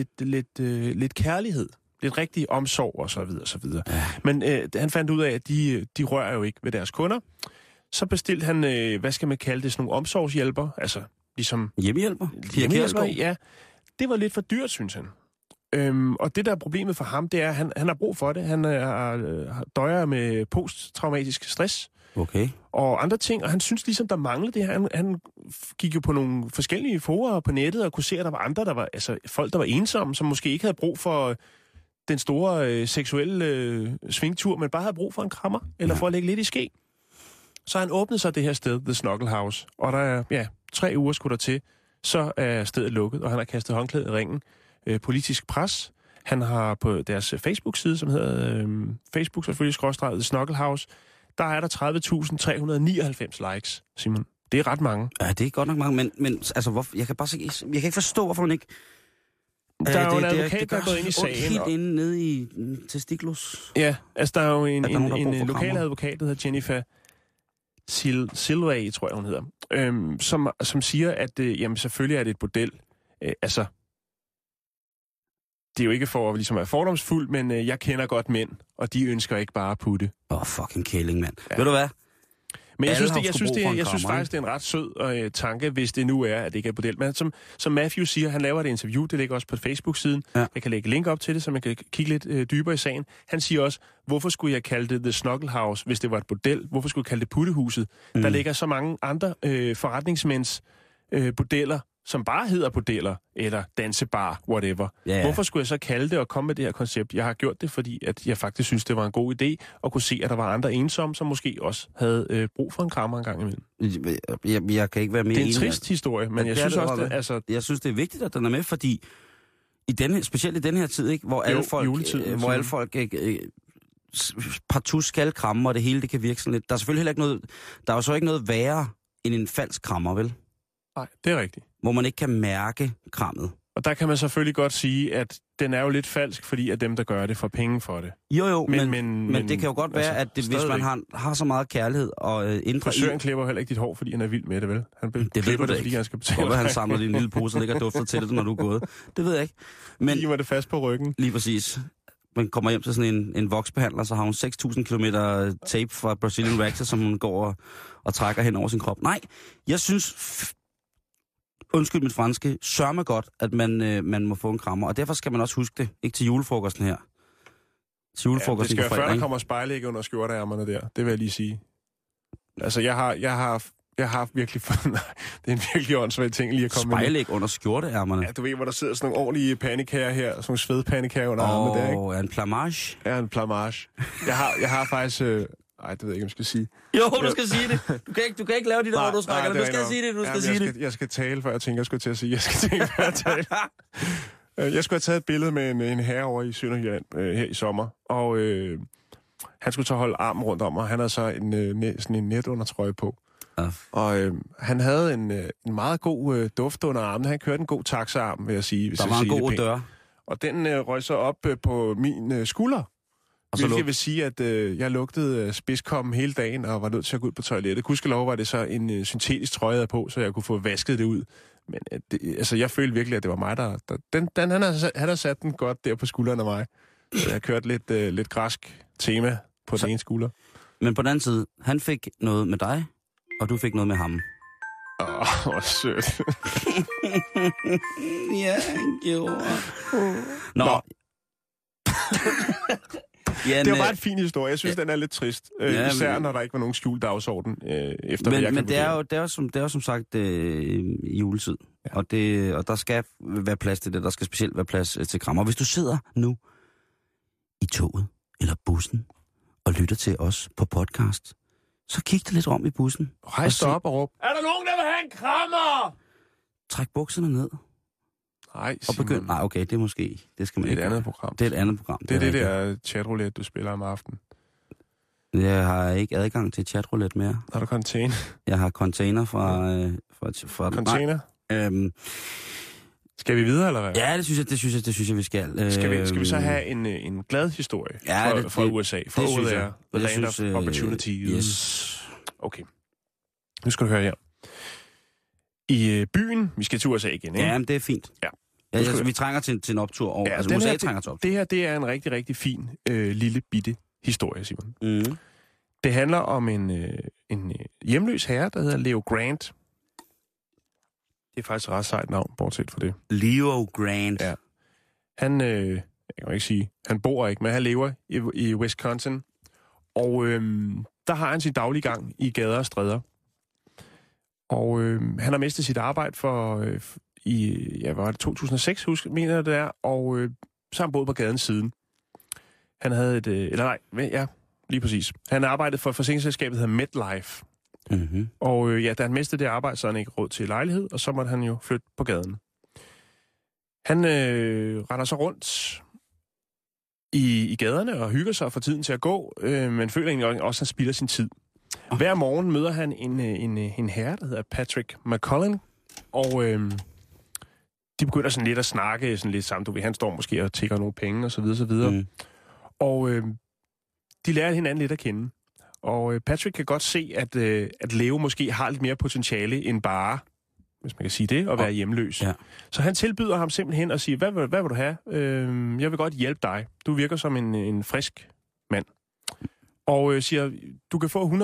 kærlighed. Lidt rigtig omsorg og så videre, så videre. Ja. Men han fandt ud af, at de rører jo ikke ved deres kunder. Så bestilte han, hvad skal man kalde det, sådan nogle omsorgshjælper, altså ligesom... Hjemmehjælper? Ja. Det var lidt for dyrt, synes han. Og det der er problemet for ham, det er, at han har brug for det. Han døjer med posttraumatisk stress. Okay. Og andre ting, og han synes ligesom, der manglede det her. Han gik jo på nogle forskellige forer på nettet, og kunne se, at der var andre, der var, altså folk, der var ensomme, som måske ikke havde brug for den store seksuelle svingtur, men bare havde brug for en krammer, eller for at lægge lidt i ske. Så han åbnede så det her sted, The Snuggle House, og der er 3 uger skulle der til, så er stedet lukket, og han har kastet håndklædet i ringen. Politisk pres. Han har på deres Facebook-side, som hedder Facebook selvfølgelig _The Snuggle House, der er der 30.399 likes, Simon. Det er ret mange. Ja, det er godt nok mange, men altså, jeg kan ikke forstå, hvorfor man ikke... Der er jo en advokat, der er gået ind i sagen. Helt inde nede i testiklus. Ja, altså der er jo en lokal advokat, der hedder Jennifer Silvay, tror jeg, hun hedder, som siger, at jamen, selvfølgelig er det et bordel. Altså, det er jo ikke for at ligesom være fordomsfuld, men jeg kender godt mænd, og de ønsker ikke bare at putte. Fucking kælling, mand. Ja. Ved du hvad? Men jeg synes faktisk, det er en ret sød tanke, hvis det nu er, at det ikke er et bordel. Men som Matthew siger, han laver et interview, det ligger også på Facebook-siden. Ja. Jeg kan lægge link op til det, så man kan kigge lidt dybere i sagen. Han siger også, hvorfor skulle jeg kalde det The Snuggle House, hvis det var et bordel? Hvorfor skulle jeg kalde det puttehuset? Der ligger så mange andre forretningsmænds bordeller, som bare hedder bordeller, eller dansebar, whatever. Ja. Hvorfor skulle jeg så kalde det og komme med det her koncept? Jeg har gjort det, fordi at jeg faktisk synes, det var en god idé, at kunne se, at der var andre ensomme, som måske også havde brug for en krammer en gang imellem. Jeg kan ikke være mere enig. Det er en trist historie, men jeg synes også, altså... Jeg synes, det er vigtigt, at den er med, fordi specielt i den her tid, ikke, hvor alle folk partout skal kramme, og det hele det kan virke sådan lidt. Der er selvfølgelig heller ikke noget, der er jo så ikke noget værre end en falsk krammer, vel? Nej, det er rigtigt. Hvor man ikke kan mærke krammet. Og der kan man selvfølgelig godt sige, at den er jo lidt falsk, fordi at dem, der gør det, får penge for det. Jo, men det kan jo godt være, at det, hvis man har så meget kærlighed og indre... Frisøren klipper heller ikke dit hår, fordi han er vild med det, vel? Han klipper det, fordi han skal betale. Hvorfor han samler din lille pose og ligger og dufter til det, når du er gået. Det ved jeg ikke. Men lige var det fast på ryggen. Lige præcis. Man kommer hjem til sådan en voksbehandler, så har hun 6.000 kilometer tape fra Brazilian Waxer, som hun går og trækker hen over sin krop. Nej, jeg synes... Undskyld mit franske, sørger godt, at man må få en krammer. Og derfor skal man også huske det. Ikke til julefrokosten her. Til julefrokosten det skal før der kommer spejlæg under skjorteærmerne der. Det vil jeg lige sige. Altså, jeg har virkelig... det er en virkelig åndssvag ting lige at komme med. Spejlæg under skjorteærmerne? Ja, du ved, hvor der sidder sådan nogle ordentlige pandekager her. Sådan nogle svedpandekager under armene der, ikke? En plamage? Ja, en plamage. Jeg har faktisk... Nej, det ved jeg ikke, om jeg skal sige. Jo, du skal sige det. Du kan ikke lave de der ordudstrækker. Du skal sige det, Jeg skal tale, før jeg tænker, jeg skulle til at sige. Jeg skal tænke, før jeg tale. Jeg skulle have taget et billede med en herre over i Sønderjylland her i sommer. Og han skulle så holde armen rundt om mig. Han havde så sådan en netundertrøje på. Og han havde en meget god duft under armen. Han kørte en god taxaarm, vil jeg sige. Der var en god dør. Og den røg så op på min skulder. Hvilket vil sige, at jeg lugtede spidskommen hele dagen og var nødt til at gå ud på toilettet. Gudskelov var det så en syntetisk trøje på, så jeg kunne få vasket det ud. Men jeg følte virkelig, at det var mig, han har sat den godt der på skulderen af mig. Så jeg kørte lidt græsk tema på den ene skulder. Men på den anden side, han fik noget med dig, og du fik noget med ham. Hvor sødt. Ja, han gjorde. Nå. Det var bare en fin historie. Jeg synes, den er lidt trist. Især når der ikke var nogen skjult dagsorden. Men det er jo som sagt juletid. Ja. Og der skal være plads til det. Der skal specielt være plads til krammer. Hvis du sidder nu i toget eller bussen og lytter til os på podcast, så kig dig lidt om i bussen. Rejs dig op og råb. Er der nogen, der vil have en krammer? Træk bukserne ned. Nej, okay, det er måske... Det skal man ikke. Det er et andet program. Det er et andet program. Det er det der chatroulette, du spiller om aftenen. Jeg har ikke adgang til chatroulette mere. Har du container? Jeg har container fra container? Skal vi videre, eller hvad? Ja, det synes jeg, vi skal. Skal vi så have en glad historie fra USA? For det synes jeg. The land of opportunities. Yes. Okay. Nu skal du høre her. I byen, vi skal til USA igen, ikke? Ja, men det er fint. Ja. Vi trænger til en optur over. Ja, altså USA trænger til optur. Det her, det er en rigtig, rigtig fin lille bitte historie, Simon. Mm. Det handler om en hjemløs herre, der hedder Leo Grant. Det er faktisk et ret sejt navn, bortset fra det. Leo Grant. Ja. Han, jeg kan ikke sige, han bor ikke, men han lever i Wisconsin. Og der har han sin daglige gang i gader og stræder. Og han har mistet sit arbejde var det 2006, mener jeg det er, og så har han boet på gaden siden. Han havde lige præcis. Han arbejdede for et forsikringsselskab, der hedder MetLife. Mm-hmm. Og da han mistede det arbejde, så havde han ikke råd til lejlighed, og så måtte han jo flytte på gaden. Han render så rundt i gaderne og hygger sig for tiden til at gå, men føler egentlig også, at han spilder sin tid. Hver morgen møder han en herre, der hedder Patrick McCullen, og de begynder sådan lidt at snakke sådan lidt sammen. Du ved, han står måske og tigger nogle penge og så videre, så videre. Mm. Og de lærer hinanden lidt at kende. Og Patrick kan godt se, at Leo måske har lidt mere potentiale end bare, hvis man kan sige det, at være hjemløs. Ja. Så han tilbyder ham simpelthen at sige, hvad vil du have? Jeg vil godt hjælpe dig. Du virker som en frisk mand. Og siger, du kan få $100,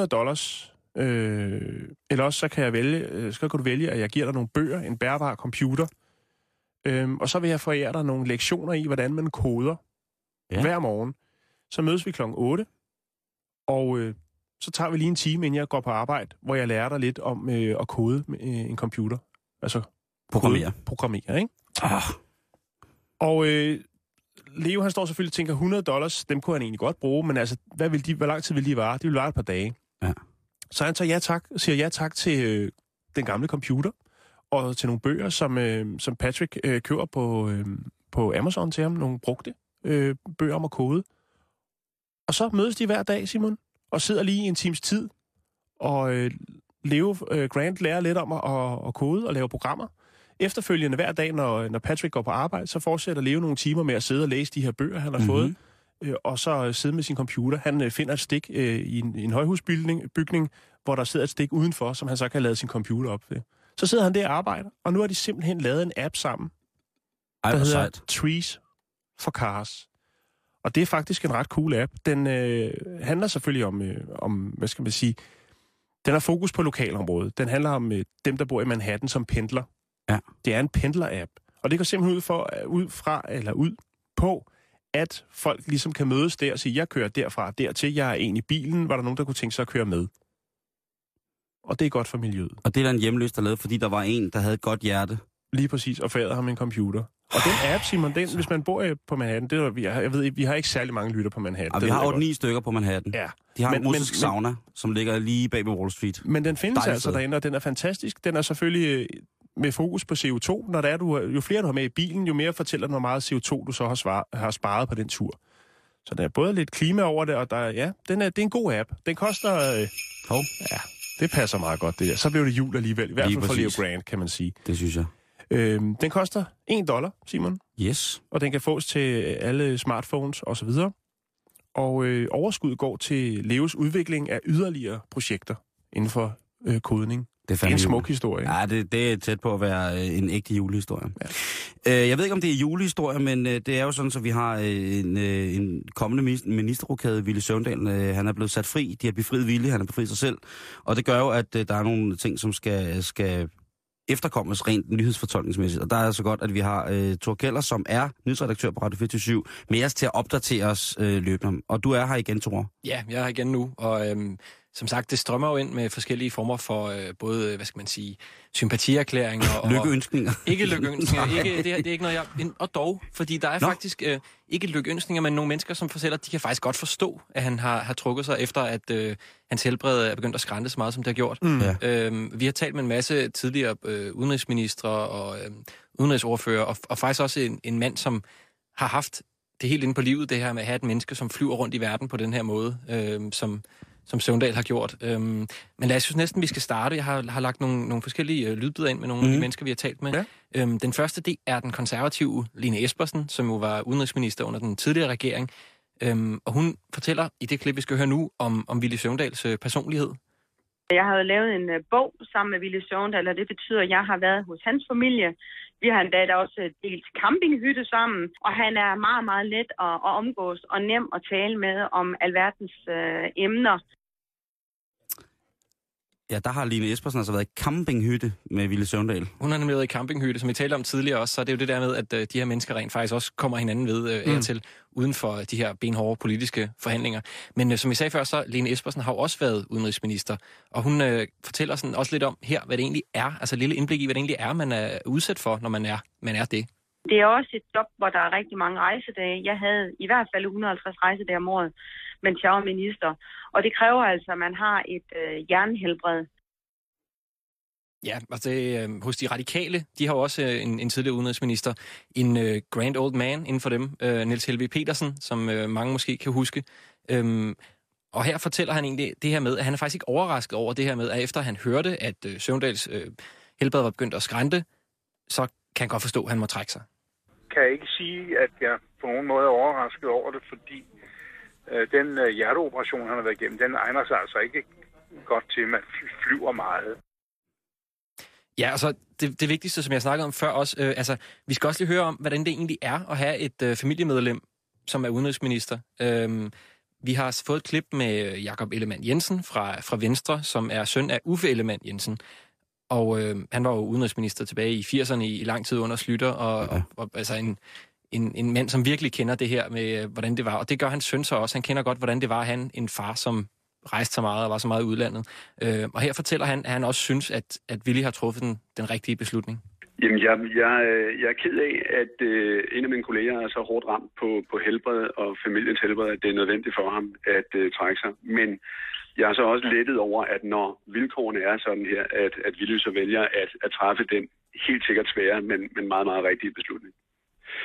eller også så kan du vælge, at jeg giver dig nogle bøger, en bærbar computer, og så vil jeg forære dig nogle lektioner i, hvordan man koder hver morgen. Så mødes vi 8:00, og så tager vi lige en time, inden jeg går på arbejde, hvor jeg lærer dig lidt om at kode med en computer. Altså programmere, ikke? Og Leo, han står selvfølgelig og tænker, $100, dem kunne han egentlig godt bruge, men altså, hvor lang tid vil de vare? De vil vare et par dage. Ja. Så han siger ja tak til den gamle computer, og til nogle bøger, som Patrick køber på Amazon til ham, nogle brugte bøger om at kode. Og så mødes de hver dag, Simon, og sidder lige en times tid, og Leo Grant lærer lidt om at kode og lave programmer. Efterfølgende hver dag, når Patrick går på arbejde, så fortsætter Leo nogle timer med at sidde og læse de her bøger, han har fået, og så sidde med sin computer. Han finder et stik i en højhusbygning, hvor der sidder et stik udenfor, som han så kan lade sin computer op ved. Så sidder han der og arbejder, og nu har de simpelthen lavet en app sammen, der hedder Trees for Cars. Og det er faktisk en ret cool app. Den handler selvfølgelig om, hvad skal man sige, den har fokus på lokalområdet. Den handler om dem, der bor i Manhattan, som pendler. Ja. Det er en pendler-app. Og det går simpelthen ud på, at folk ligesom kan mødes der og sige, jeg kører derfra og dertil, jeg er en i bilen, var der nogen, der kunne tænke sig at køre med. Og det er godt for miljøet. Og det er der en hjemløs, der lavede, fordi der var en, der havde et godt hjerte. Lige præcis, og forærede ham en computer. Og den app, Simon, hvis man bor på Manhattan, jeg ved, vi har ikke særlig mange lytter på Manhattan. Og vi har 8-9 stykker på Manhattan. Ja. De har en russisk sauna, som ligger lige bag ved Wall Street. Men den findes altså derinde, og den er fantastisk. Den er selvfølgelig med fokus på CO2. Når jo flere du har med i bilen, jo mere fortæller du, hvor meget CO2 du så har sparet på den tur. Så der er både lidt klima over det, og det er en god app. Den koster... Ja, det passer meget godt, det der. Så blev det jul alligevel. I hvert fald for Leo Grant, kan man sige. Det synes jeg. Den koster $1, Simon. Yes. Og den kan fås til alle smartphones og så videre. Og overskud går til Leos udvikling af yderligere projekter inden for kodning. Det er en smuk historie. Ja, det er tæt på at være en ægte julehistorie. Ja. Jeg ved ikke, om det er julehistorie, men det er jo sådan, så vi har en kommende ministerrokade, Villy Søvndal. Han er blevet sat fri. De har befriet Villy, han har befriet sig selv. Og det gør jo, at der er nogle ting, som skal efterkommes rent nyhedsfortolkningsmæssigt. Og der er så godt, at vi har Thor Keller, som er nyhedsredaktør på Radio 24 med os til at opdatere os løbende. Og du er her igen, Thor. Ja, jeg er her igen nu, og som sagt, det strømmer jo ind med forskellige former for både, hvad skal man sige, sympatierklæringer og... Lykkeønskninger. Ikke lykkeønskninger. Det er ikke noget, og dog, fordi der er faktisk ikke lykkeønskninger, men nogle mennesker, som fortæller, at de kan faktisk godt forstå, at han har trukket sig efter, at hans helbred er begyndt at skrænte så meget, som det har gjort. Vi har talt med en masse tidligere udenrigsministre og udenrigsordfører, og faktisk også en mand, som har haft det helt inde på livet, det her med at have et menneske, som flyver rundt i verden på den her måde, som Søvndal har gjort. Men lad os synes næsten, vi skal starte. Jeg har lagt nogle forskellige lydbidder ind med nogle af de mennesker, vi har talt med. Ja. Den første, det er den konservative Lene Espersen, som jo var udenrigsminister under den tidligere regering. Og hun fortæller i det klip, vi skal høre nu, om Villy Søvndals personlighed. Jeg har jo lavet en bog sammen med Villy Søvndal, og det betyder, at jeg har været hos hans familie. Vi har endda også delt campinghytte sammen, og han er meget, meget let at omgås og nem at tale med om alverdens emner. Ja, der har Lene Espersen altså været i campinghytte med Villy Søvndal. Hun har nemlig været i campinghytte, som vi talte om tidligere også, så det er jo det der med, at de her mennesker rent faktisk også kommer hinanden ved af til, uden for de her benhårde politiske forhandlinger. Men som vi sagde før, så Lene Espersen har jo også været udenrigsminister, og hun fortæller sådan også lidt om her, hvad det egentlig er, altså et lille indblik i, hvad det egentlig er, man er udsat for, når man er det. Det er også et job, hvor der er rigtig mange rejsedage. Jeg havde i hvert fald 150 rejsedage om året, mens jeg var minister. Og det kræver altså, at man har et jernhelbred. Ja, altså hos de radikale, de har jo også en tidligere udenrigsminister, en grand old man inden for dem, Niels Helveg Petersen, som mange måske kan huske. Og her fortæller han egentlig det her med, at han er faktisk ikke overrasket over det her med, at efter han hørte, at Søvndals helbred var begyndt at skrænte, så kan han godt forstå, at han må trække sig. Kan jeg ikke sige, at jeg på nogen måde er overrasket over det, fordi den hjerteoperation, han har været igennem, den egner sig altså ikke godt til, at man flyver meget. Ja, altså det vigtigste, som jeg snakkede om før også, altså vi skal også lige høre om, hvordan det egentlig er at have et familiemedlem, som er udenrigsminister. Vi har fået et klip med Jakob Ellemann-Jensen fra Venstre, som er søn af Uffe Ellemann-Jensen. Og han var jo udenrigsminister tilbage i 80'erne i lang tid under Schlüter, og altså en mand, som virkelig kender det her med, hvordan det var. Og det gør hans søn så også. Han kender godt, hvordan det var at have en far, som rejste så meget og var så meget i udlandet. Og her fortæller han, at han også synes, at Villy har truffet den rigtige beslutning. Jamen, jeg er ked af, at en af mine kolleger er så hårdt ramt på helbred og familiens helbred, at det er nødvendigt for ham at trække sig. Men jeg er så også lettet over, at når vilkårene er sådan her, at Villy så vælger at træffe den helt sikkert svære, men meget, meget rigtige beslutning.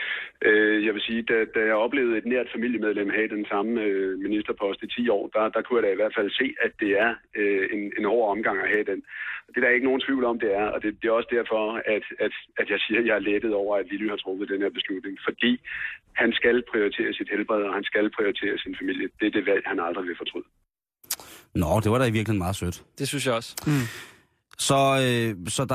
Jeg vil sige, da jeg oplevede et nært familiemedlem have den samme ministerpost i 10 år, der kunne jeg da i hvert fald se, at det er en hård omgang at have den. Det er der ikke nogen tvivl om, det er. Og det er også derfor, at jeg siger, at jeg er lettet over, at Willy har truffet den her beslutning. Fordi han skal prioritere sit helbred, og han skal prioritere sin familie. Det er det valg, han aldrig vil fortryde. Nå, det var da i virkeligheden meget sødt. Det synes jeg også. Så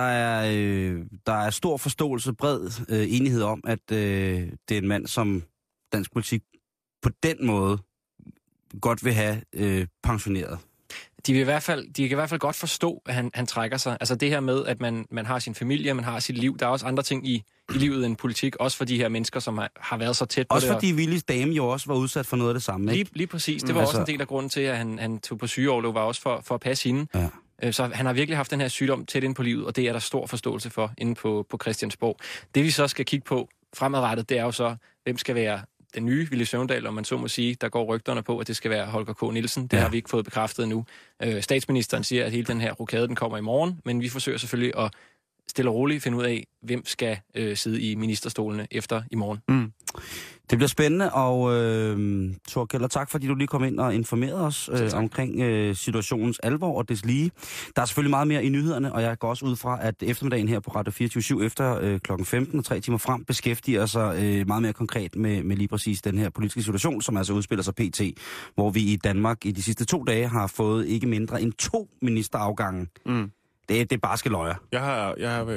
der er stor forståelse, bred enighed om, at det er en mand, som dansk politik på den måde godt vil have pensioneret. De kan i hvert fald godt forstå, at han trækker sig. Altså det her med, at man har sin familie, man har sit liv. Der er også andre ting i livet end politik, også for de her mennesker, som har været så tæt på også det. Også fordi Willys dame jo også var udsat for noget af det samme, ikke? Lige præcis. Det var også en del af grunden til, at han tog på sygeorlov, var også for at passe hende. Ja. Så han har virkelig haft den her sygdom tæt ind på livet, og det er der stor forståelse for inde på Christiansborg. Det vi så skal kigge på fremadrettet, det er jo så, hvem skal være den nye Villy Søvndal, om man så må sige. Der går rygterne på, at det skal være Holger K. Nielsen. Det har vi ikke fået bekræftet endnu. Statsministeren siger, at hele den her rokade, den kommer i morgen, men vi forsøger selvfølgelig at stille og roligt finde ud af, hvem skal sidde i ministerstolene efter i morgen. Mm. Det bliver spændende, og Thor Keller, tak fordi du lige kom ind og informerede os omkring situationens alvor og des lige. Der er selvfølgelig meget mere i nyhederne, og jeg går også ud fra, at eftermiddagen her på Radio 24/7 efter klokken 15 og 3 timer frem beskæftiger sig meget mere konkret med lige præcis den her politiske situation, som altså udspiller sig pt., hvor vi i Danmark i de sidste 2 dage har fået ikke mindre end 2 ministerafgange. Mm. Det er barske løjer. Jeg har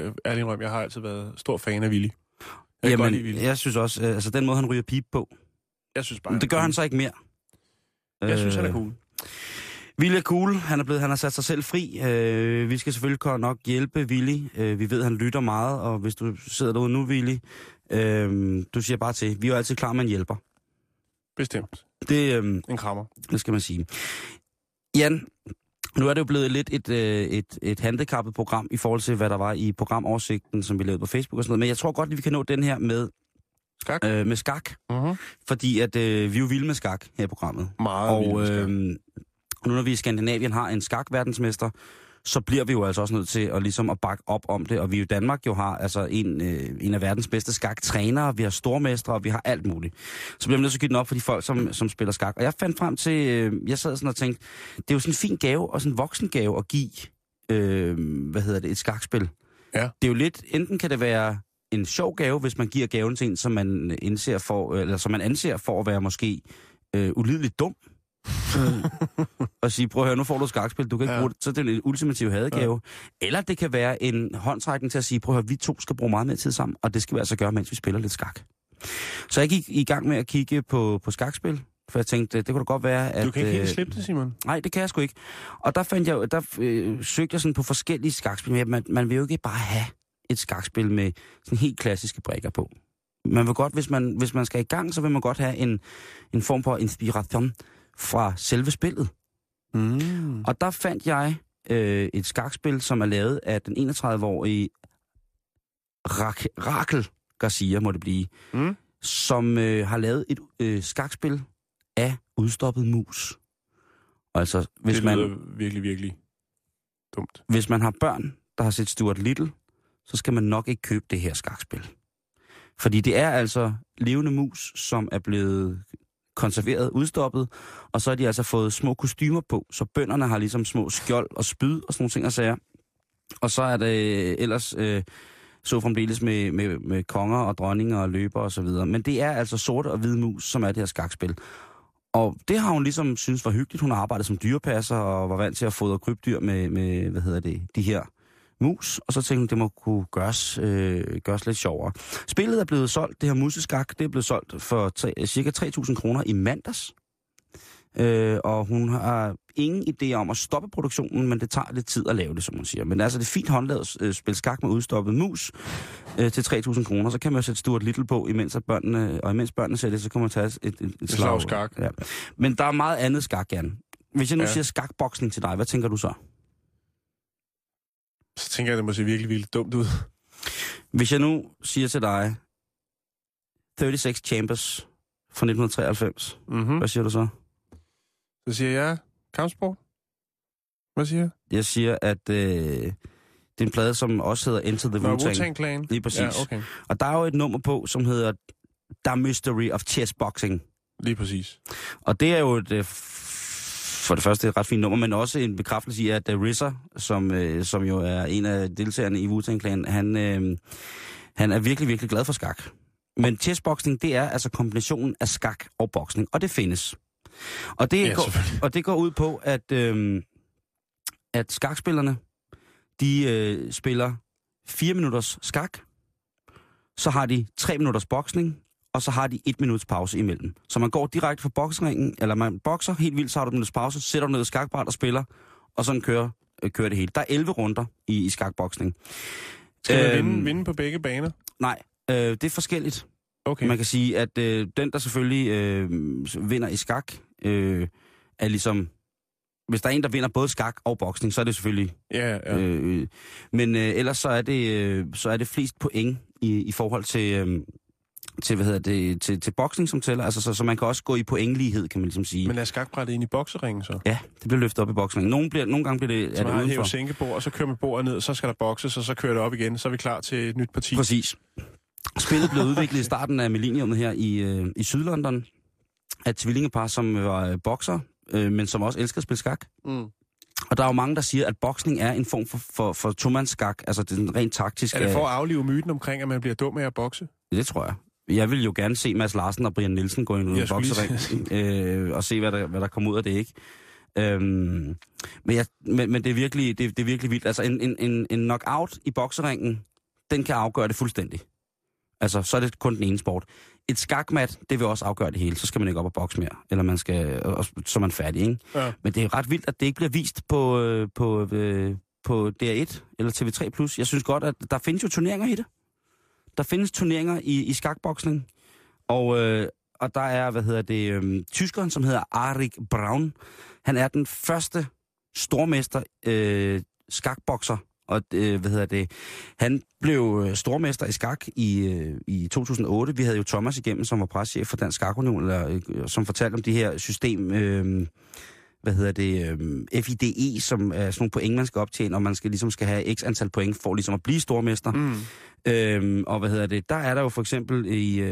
altid været stor fan af Willy. Jamen, jeg synes også, altså den måde, han ryger pipe på. Jeg synes bare, det gør han så ikke mere. Jeg synes, han er cool. Willy er cool. Han har sat sig selv fri. Vi skal selvfølgelig nok hjælpe Willy. Vi ved, han lytter meget, og hvis du sidder derude nu, Willy, du siger bare til. Vi er jo altid klar med en hjælper. Bestemt. En krammer. Det skal man sige. Jan, nu er det jo blevet lidt et handicappet program i forhold til, hvad der var i programoversigten, som vi lavede på Facebook og sådan noget. Men jeg tror godt, at vi kan nå den her med skak. Med skak. Uh-huh. Fordi at vi er jo vilde med skak her i programmet. Meget vilde med skak. Nu når vi i Skandinavien har en skakverdensmester, så bliver vi jo altså også nødt til at, ligesom at bakke op om det. Og vi i Danmark jo har altså en af verdens bedste skaktrænere, vi har stormestre, og vi har alt muligt. Så bliver vi nødt til at give den op for de folk, som spiller skak. Og jeg fandt frem til, jeg sad sådan og tænkte, det er jo sådan en fin gave, og sådan en voksengave at give, et skakspil. Ja. Det er jo lidt, enten kan det være en sjov gave, hvis man giver gaven til en, som man anser for at være måske ulideligt dum. Og sige, prøv at høre, nu får du et skakspil, du kan ikke bruge det, så det er en ultimativ hadegave. Ja. Eller det kan være en håndtrækning til at sige, prøv at høre, vi 2 skal bruge meget mere tid sammen, og det skal vi altså gøre, mens vi spiller lidt skak. Så jeg gik i gang med at kigge på skakspil, for jeg tænkte, det kunne da godt være, at... Du kan ikke helt slippe det, Simon. Nej, det kan jeg sgu ikke. Og der søgte jeg sådan på forskellige skakspil, men man vil jo ikke bare have et skakspil med sådan helt klassiske brikker på. Man vil godt, hvis man skal i gang, så vil man godt have en form for inspiration fra selve spillet. Mm. Og der fandt jeg et skakspil, som er lavet af den 31-årige Raquel Garcia, må det blive, som har lavet et skakspil af udstoppet mus. Altså, hvis det lyder virkelig, virkelig dumt. Hvis man har børn, der har set Stuart Little, så skal man nok ikke købe det her skakspil. Fordi det er altså levende mus, som er blevet konserveret, udstoppet, og så har de altså fået små kostymer på, så bønderne har ligesom små skjold og spyd og sådan nogle ting og sager. Og så er det ellers så fremdeles med konger og dronninger og løber og så videre. Men det er altså sorte og hvide mus, som er det her skakspil. Og det har hun ligesom synes var hyggeligt. Hun har arbejdet som dyrepasser og var vant til at fodre krybdyr med de her mus, og så tænkte hun, det må kunne gøres lidt sjovere. Spillet er blevet solgt, det her museskak, det er blevet solgt for cirka 3.000 kroner i mandags. Og hun har ingen idé om at stoppe produktionen, men det tager lidt tid at lave det, som hun siger. Men altså det er fint håndlavet spil skak med udstoppet mus til 3.000 kroner, så kan man jo sætte Stuart Little på, imens børnene ser det, så kan man tage et slag skak. Ja. Men der er meget andet skak, Jan. Hvis jeg nu siger skakboksning til dig, hvad tænker du så? Så tænker jeg, det må se virkelig, virkelig dumt ud. Hvis jeg nu siger til dig 36 Chambers fra 1993, hvad siger du så? Så siger jeg kampsport. Hvad siger jeg? Jeg siger, at det er en plade, som også hedder Enter the Wu-Tang. Wu-Tang Clan. Lige præcis. Ja, okay. Og der er jo et nummer på, som hedder The Mystery of Chess Boxing. Lige præcis. Og det er jo for det første et ret fint nummer, men også en bekræftelse i, at RZA, som jo er en af deltagerne i Wu-Tang-klanen, han er virkelig, virkelig glad for skak. Men chessboxing, det er altså kombinationen af skak og boksning, og det findes. Og det går ud på, at skakspillerne, de spiller 4 minutters skak, så har de 3 minutters boksning, og så har de 1 minuts pause imellem. Så man går direkte fra bokseringen, eller man bokser helt vildt, så har du 1 minuts pause, sætter du ned i skakbræt og spiller, og sådan kører det hele. Der er 11 runder i skakboksning. Skal man vinde på begge baner? Nej, det er forskelligt. Okay. Man kan sige, at den, der selvfølgelig vinder i skak, er ligesom... Hvis der er en, der vinder både skak og boksning, så er det selvfølgelig... Ja. Men ellers så er det flest point i forhold til til boksning, som tæller. Altså, så man kan også gå i pointlighed, kan man ligesom sige. Men er skakbrættet ind i bokseringen så? Ja, det bliver løftet op i bokseringen. Nogle gange bliver det... Så man har et sænkebord, og så kører man bordet ned, og så skal der bokses, og så kører det op igen. Så er vi klar til et nyt parti. Præcis. Spillet blev udviklet i starten af millenniumet her i Sydlondon af et tvillingepar, som var bokser, men som også elsker at spille skak. Mm. Og der er jo mange, der siger, at boksning er en form for tomandsskak, altså den rent taktiske... Er det for at aflive myten omkring, at man bliver dum af at bokse? Det tror jeg. Jeg vil jo gerne se Mads Larsen og Brian Nielsen gå ind ud i en boksering, og se, hvad der kommer ud af det, ikke? Men det er virkelig vildt. Altså en knockout i bokseringen, den kan afgøre det fuldstændig. Altså, så er det kun den ene sport. Et skakmat, det vil også afgøre det hele. Så skal man ikke op og bokse mere, eller så er man færdig, ikke? Ja. Men det er ret vildt, at det ikke bliver vist på DR1 eller TV3+. Jeg synes godt, at der findes jo turneringer i det. Der findes turneringer i skakboksning, og der er, tyskeren, som hedder Arik Braun. Han er den første stormester skakbokser, og han blev stormester i skak i 2008. Vi havde jo Thomas igennem, som var preschef for Dansk Skakunion, som fortalte om det her system, FIDE, som er sådan nogle point, man skal optjene, og man skal have x antal point for ligesom at blive stormester. Mm. Der er der jo for eksempel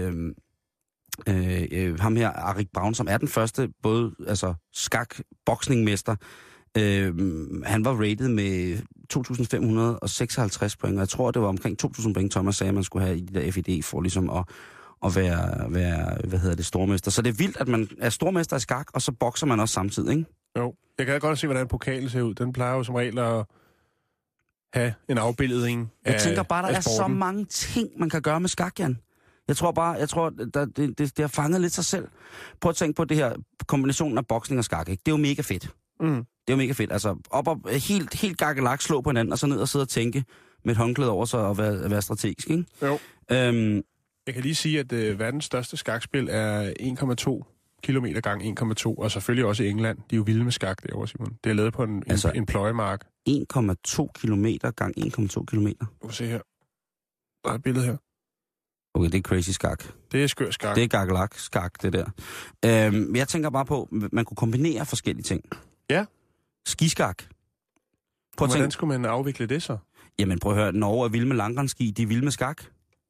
ham her, Arik Braun, som er den første både skak-boksningmester. Han var rated med 2.556 point, og jeg tror, det var omkring 2.000 point, Thomas sagde, man skulle have i de der FID for ligesom at være stormester. Så det er vildt, at man er stormester i skak, og så bokser man også samtidig, ikke? Jo, jeg kan godt se, hvordan pokalen ser ud. Den plejer jo som regel at have en afbildning af... Jeg tænker bare, der er så mange ting, man kan gøre med skak, Jan. Jeg tror, det har fanget lidt sig selv. Prøv at tænke på det her kombinationen af boksning og skak, ikke? Det er jo mega fedt. Mm. Det er jo mega fedt. Altså, op og helt gakkelak slå på hinanden, og så ned og sidde og tænke med et håndklæde over sig og være strategisk, ikke? Jo. Jeg kan lige sige, at verdens største skakspil er 1,2 kilometer gange 1,2, og selvfølgelig også i England. De er jo vilde med skak derovre, Simon. Det er lavet på en pløjemark. 1,2 kilometer gange 1,2 kilometer. Du kan se her. Der er et billede her. Okay, det er crazy skak. Det er skør skak. Det er gakkelak skak, det der. Jeg tænker bare på, at man kunne kombinere forskellige ting. Ja. Skiskak. Hvordan skulle man afvikle det så? Jamen prøv at høre, Norge er vilde med langrendsski, de er vilde med skak.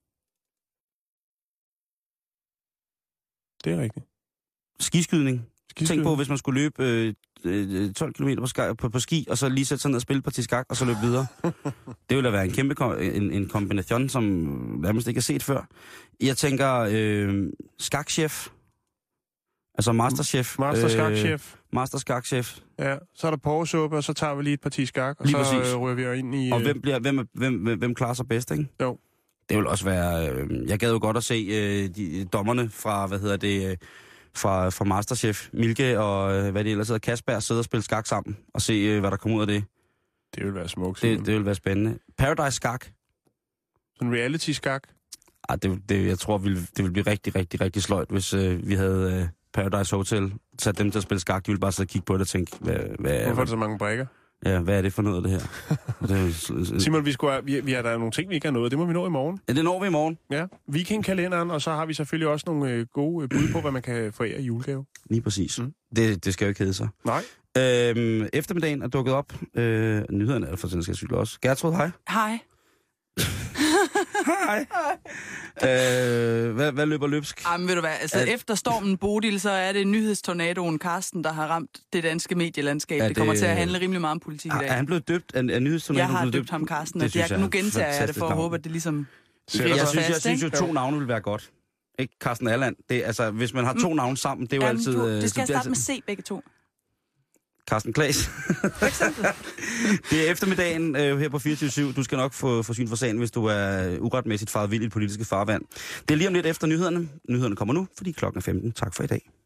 Det er rigtigt. Skiskydning. Tænk på, hvis man skulle løbe 12 km på ski, og så lige sætte sig ned og spille på til skak, og så løbe videre. Det ville da være en kæmpe en kombination, som nærmest ikke er set før. Jeg tænker skakchef. Altså masterchef. Masterskakchef. Ja, så er der porresuppe, og så tager vi lige et parti skak, og lige så rører vi ind i... Og hvem klarer sig bedst, ikke? Jo. Det vil også være... jeg gad jo godt at se dommerne fra, fra Masterchef, Milke og hvad det ellers hedder, Kasper, sidde og spille skak sammen, og se, hvad der kommer ud af det. Det vil være smukt. Det vil være spændende. Paradise Skak. Sådan reality skak? Jeg tror, det ville blive rigtig, rigtig, rigtig sløjt, hvis vi havde Paradise Hotel sat dem til at spille skak. De ville bare sidde og kigge på det og tænke, hvorfor er der så mange brækker? Ja, hvad er det for noget, det her? Simon, vi har der nogle ting, vi ikke har nået. Det må vi nå i morgen. Ja, det når vi i morgen. Ja, Weekendkalenderen, og så har vi selvfølgelig også nogle gode bud på, hvad man kan forære i julegave. Lige præcis. Mm. Det skal jo ikke hedde sig. Nej. Eftermiddagen er dukket op. Nyhederne er for den skal også. Gertrud, hej. Hej. Hej. Hvad løber løbsk? Jamen ved du hvad, altså efter stormen Bodil, så er det nyhedstornadoen Karsten, der har ramt det danske medielandskab. Det kommer til at handle rimelig meget om politik i dag. Er han blevet døbt af nyhedstornadoen? Jeg har døbt ham Karsten, og nu gentager jeg det for at håbe, at det ligesom... Jeg synes jo, 2 navne vil være godt. Ikke Carsten Alland. Det, altså, hvis man har 2 navne sammen, det er jo altid... Det skal starte med C, begge 2. Carsten Klaas. For eksempel. Det er eftermiddagen her på 24/7. Du skal nok få syn for sagen, hvis du er uretmæssigt faret vild i det politiske farvand. Det er lige om lidt efter nyhederne. Nyhederne kommer nu, fordi klokken er 15. Tak for i dag.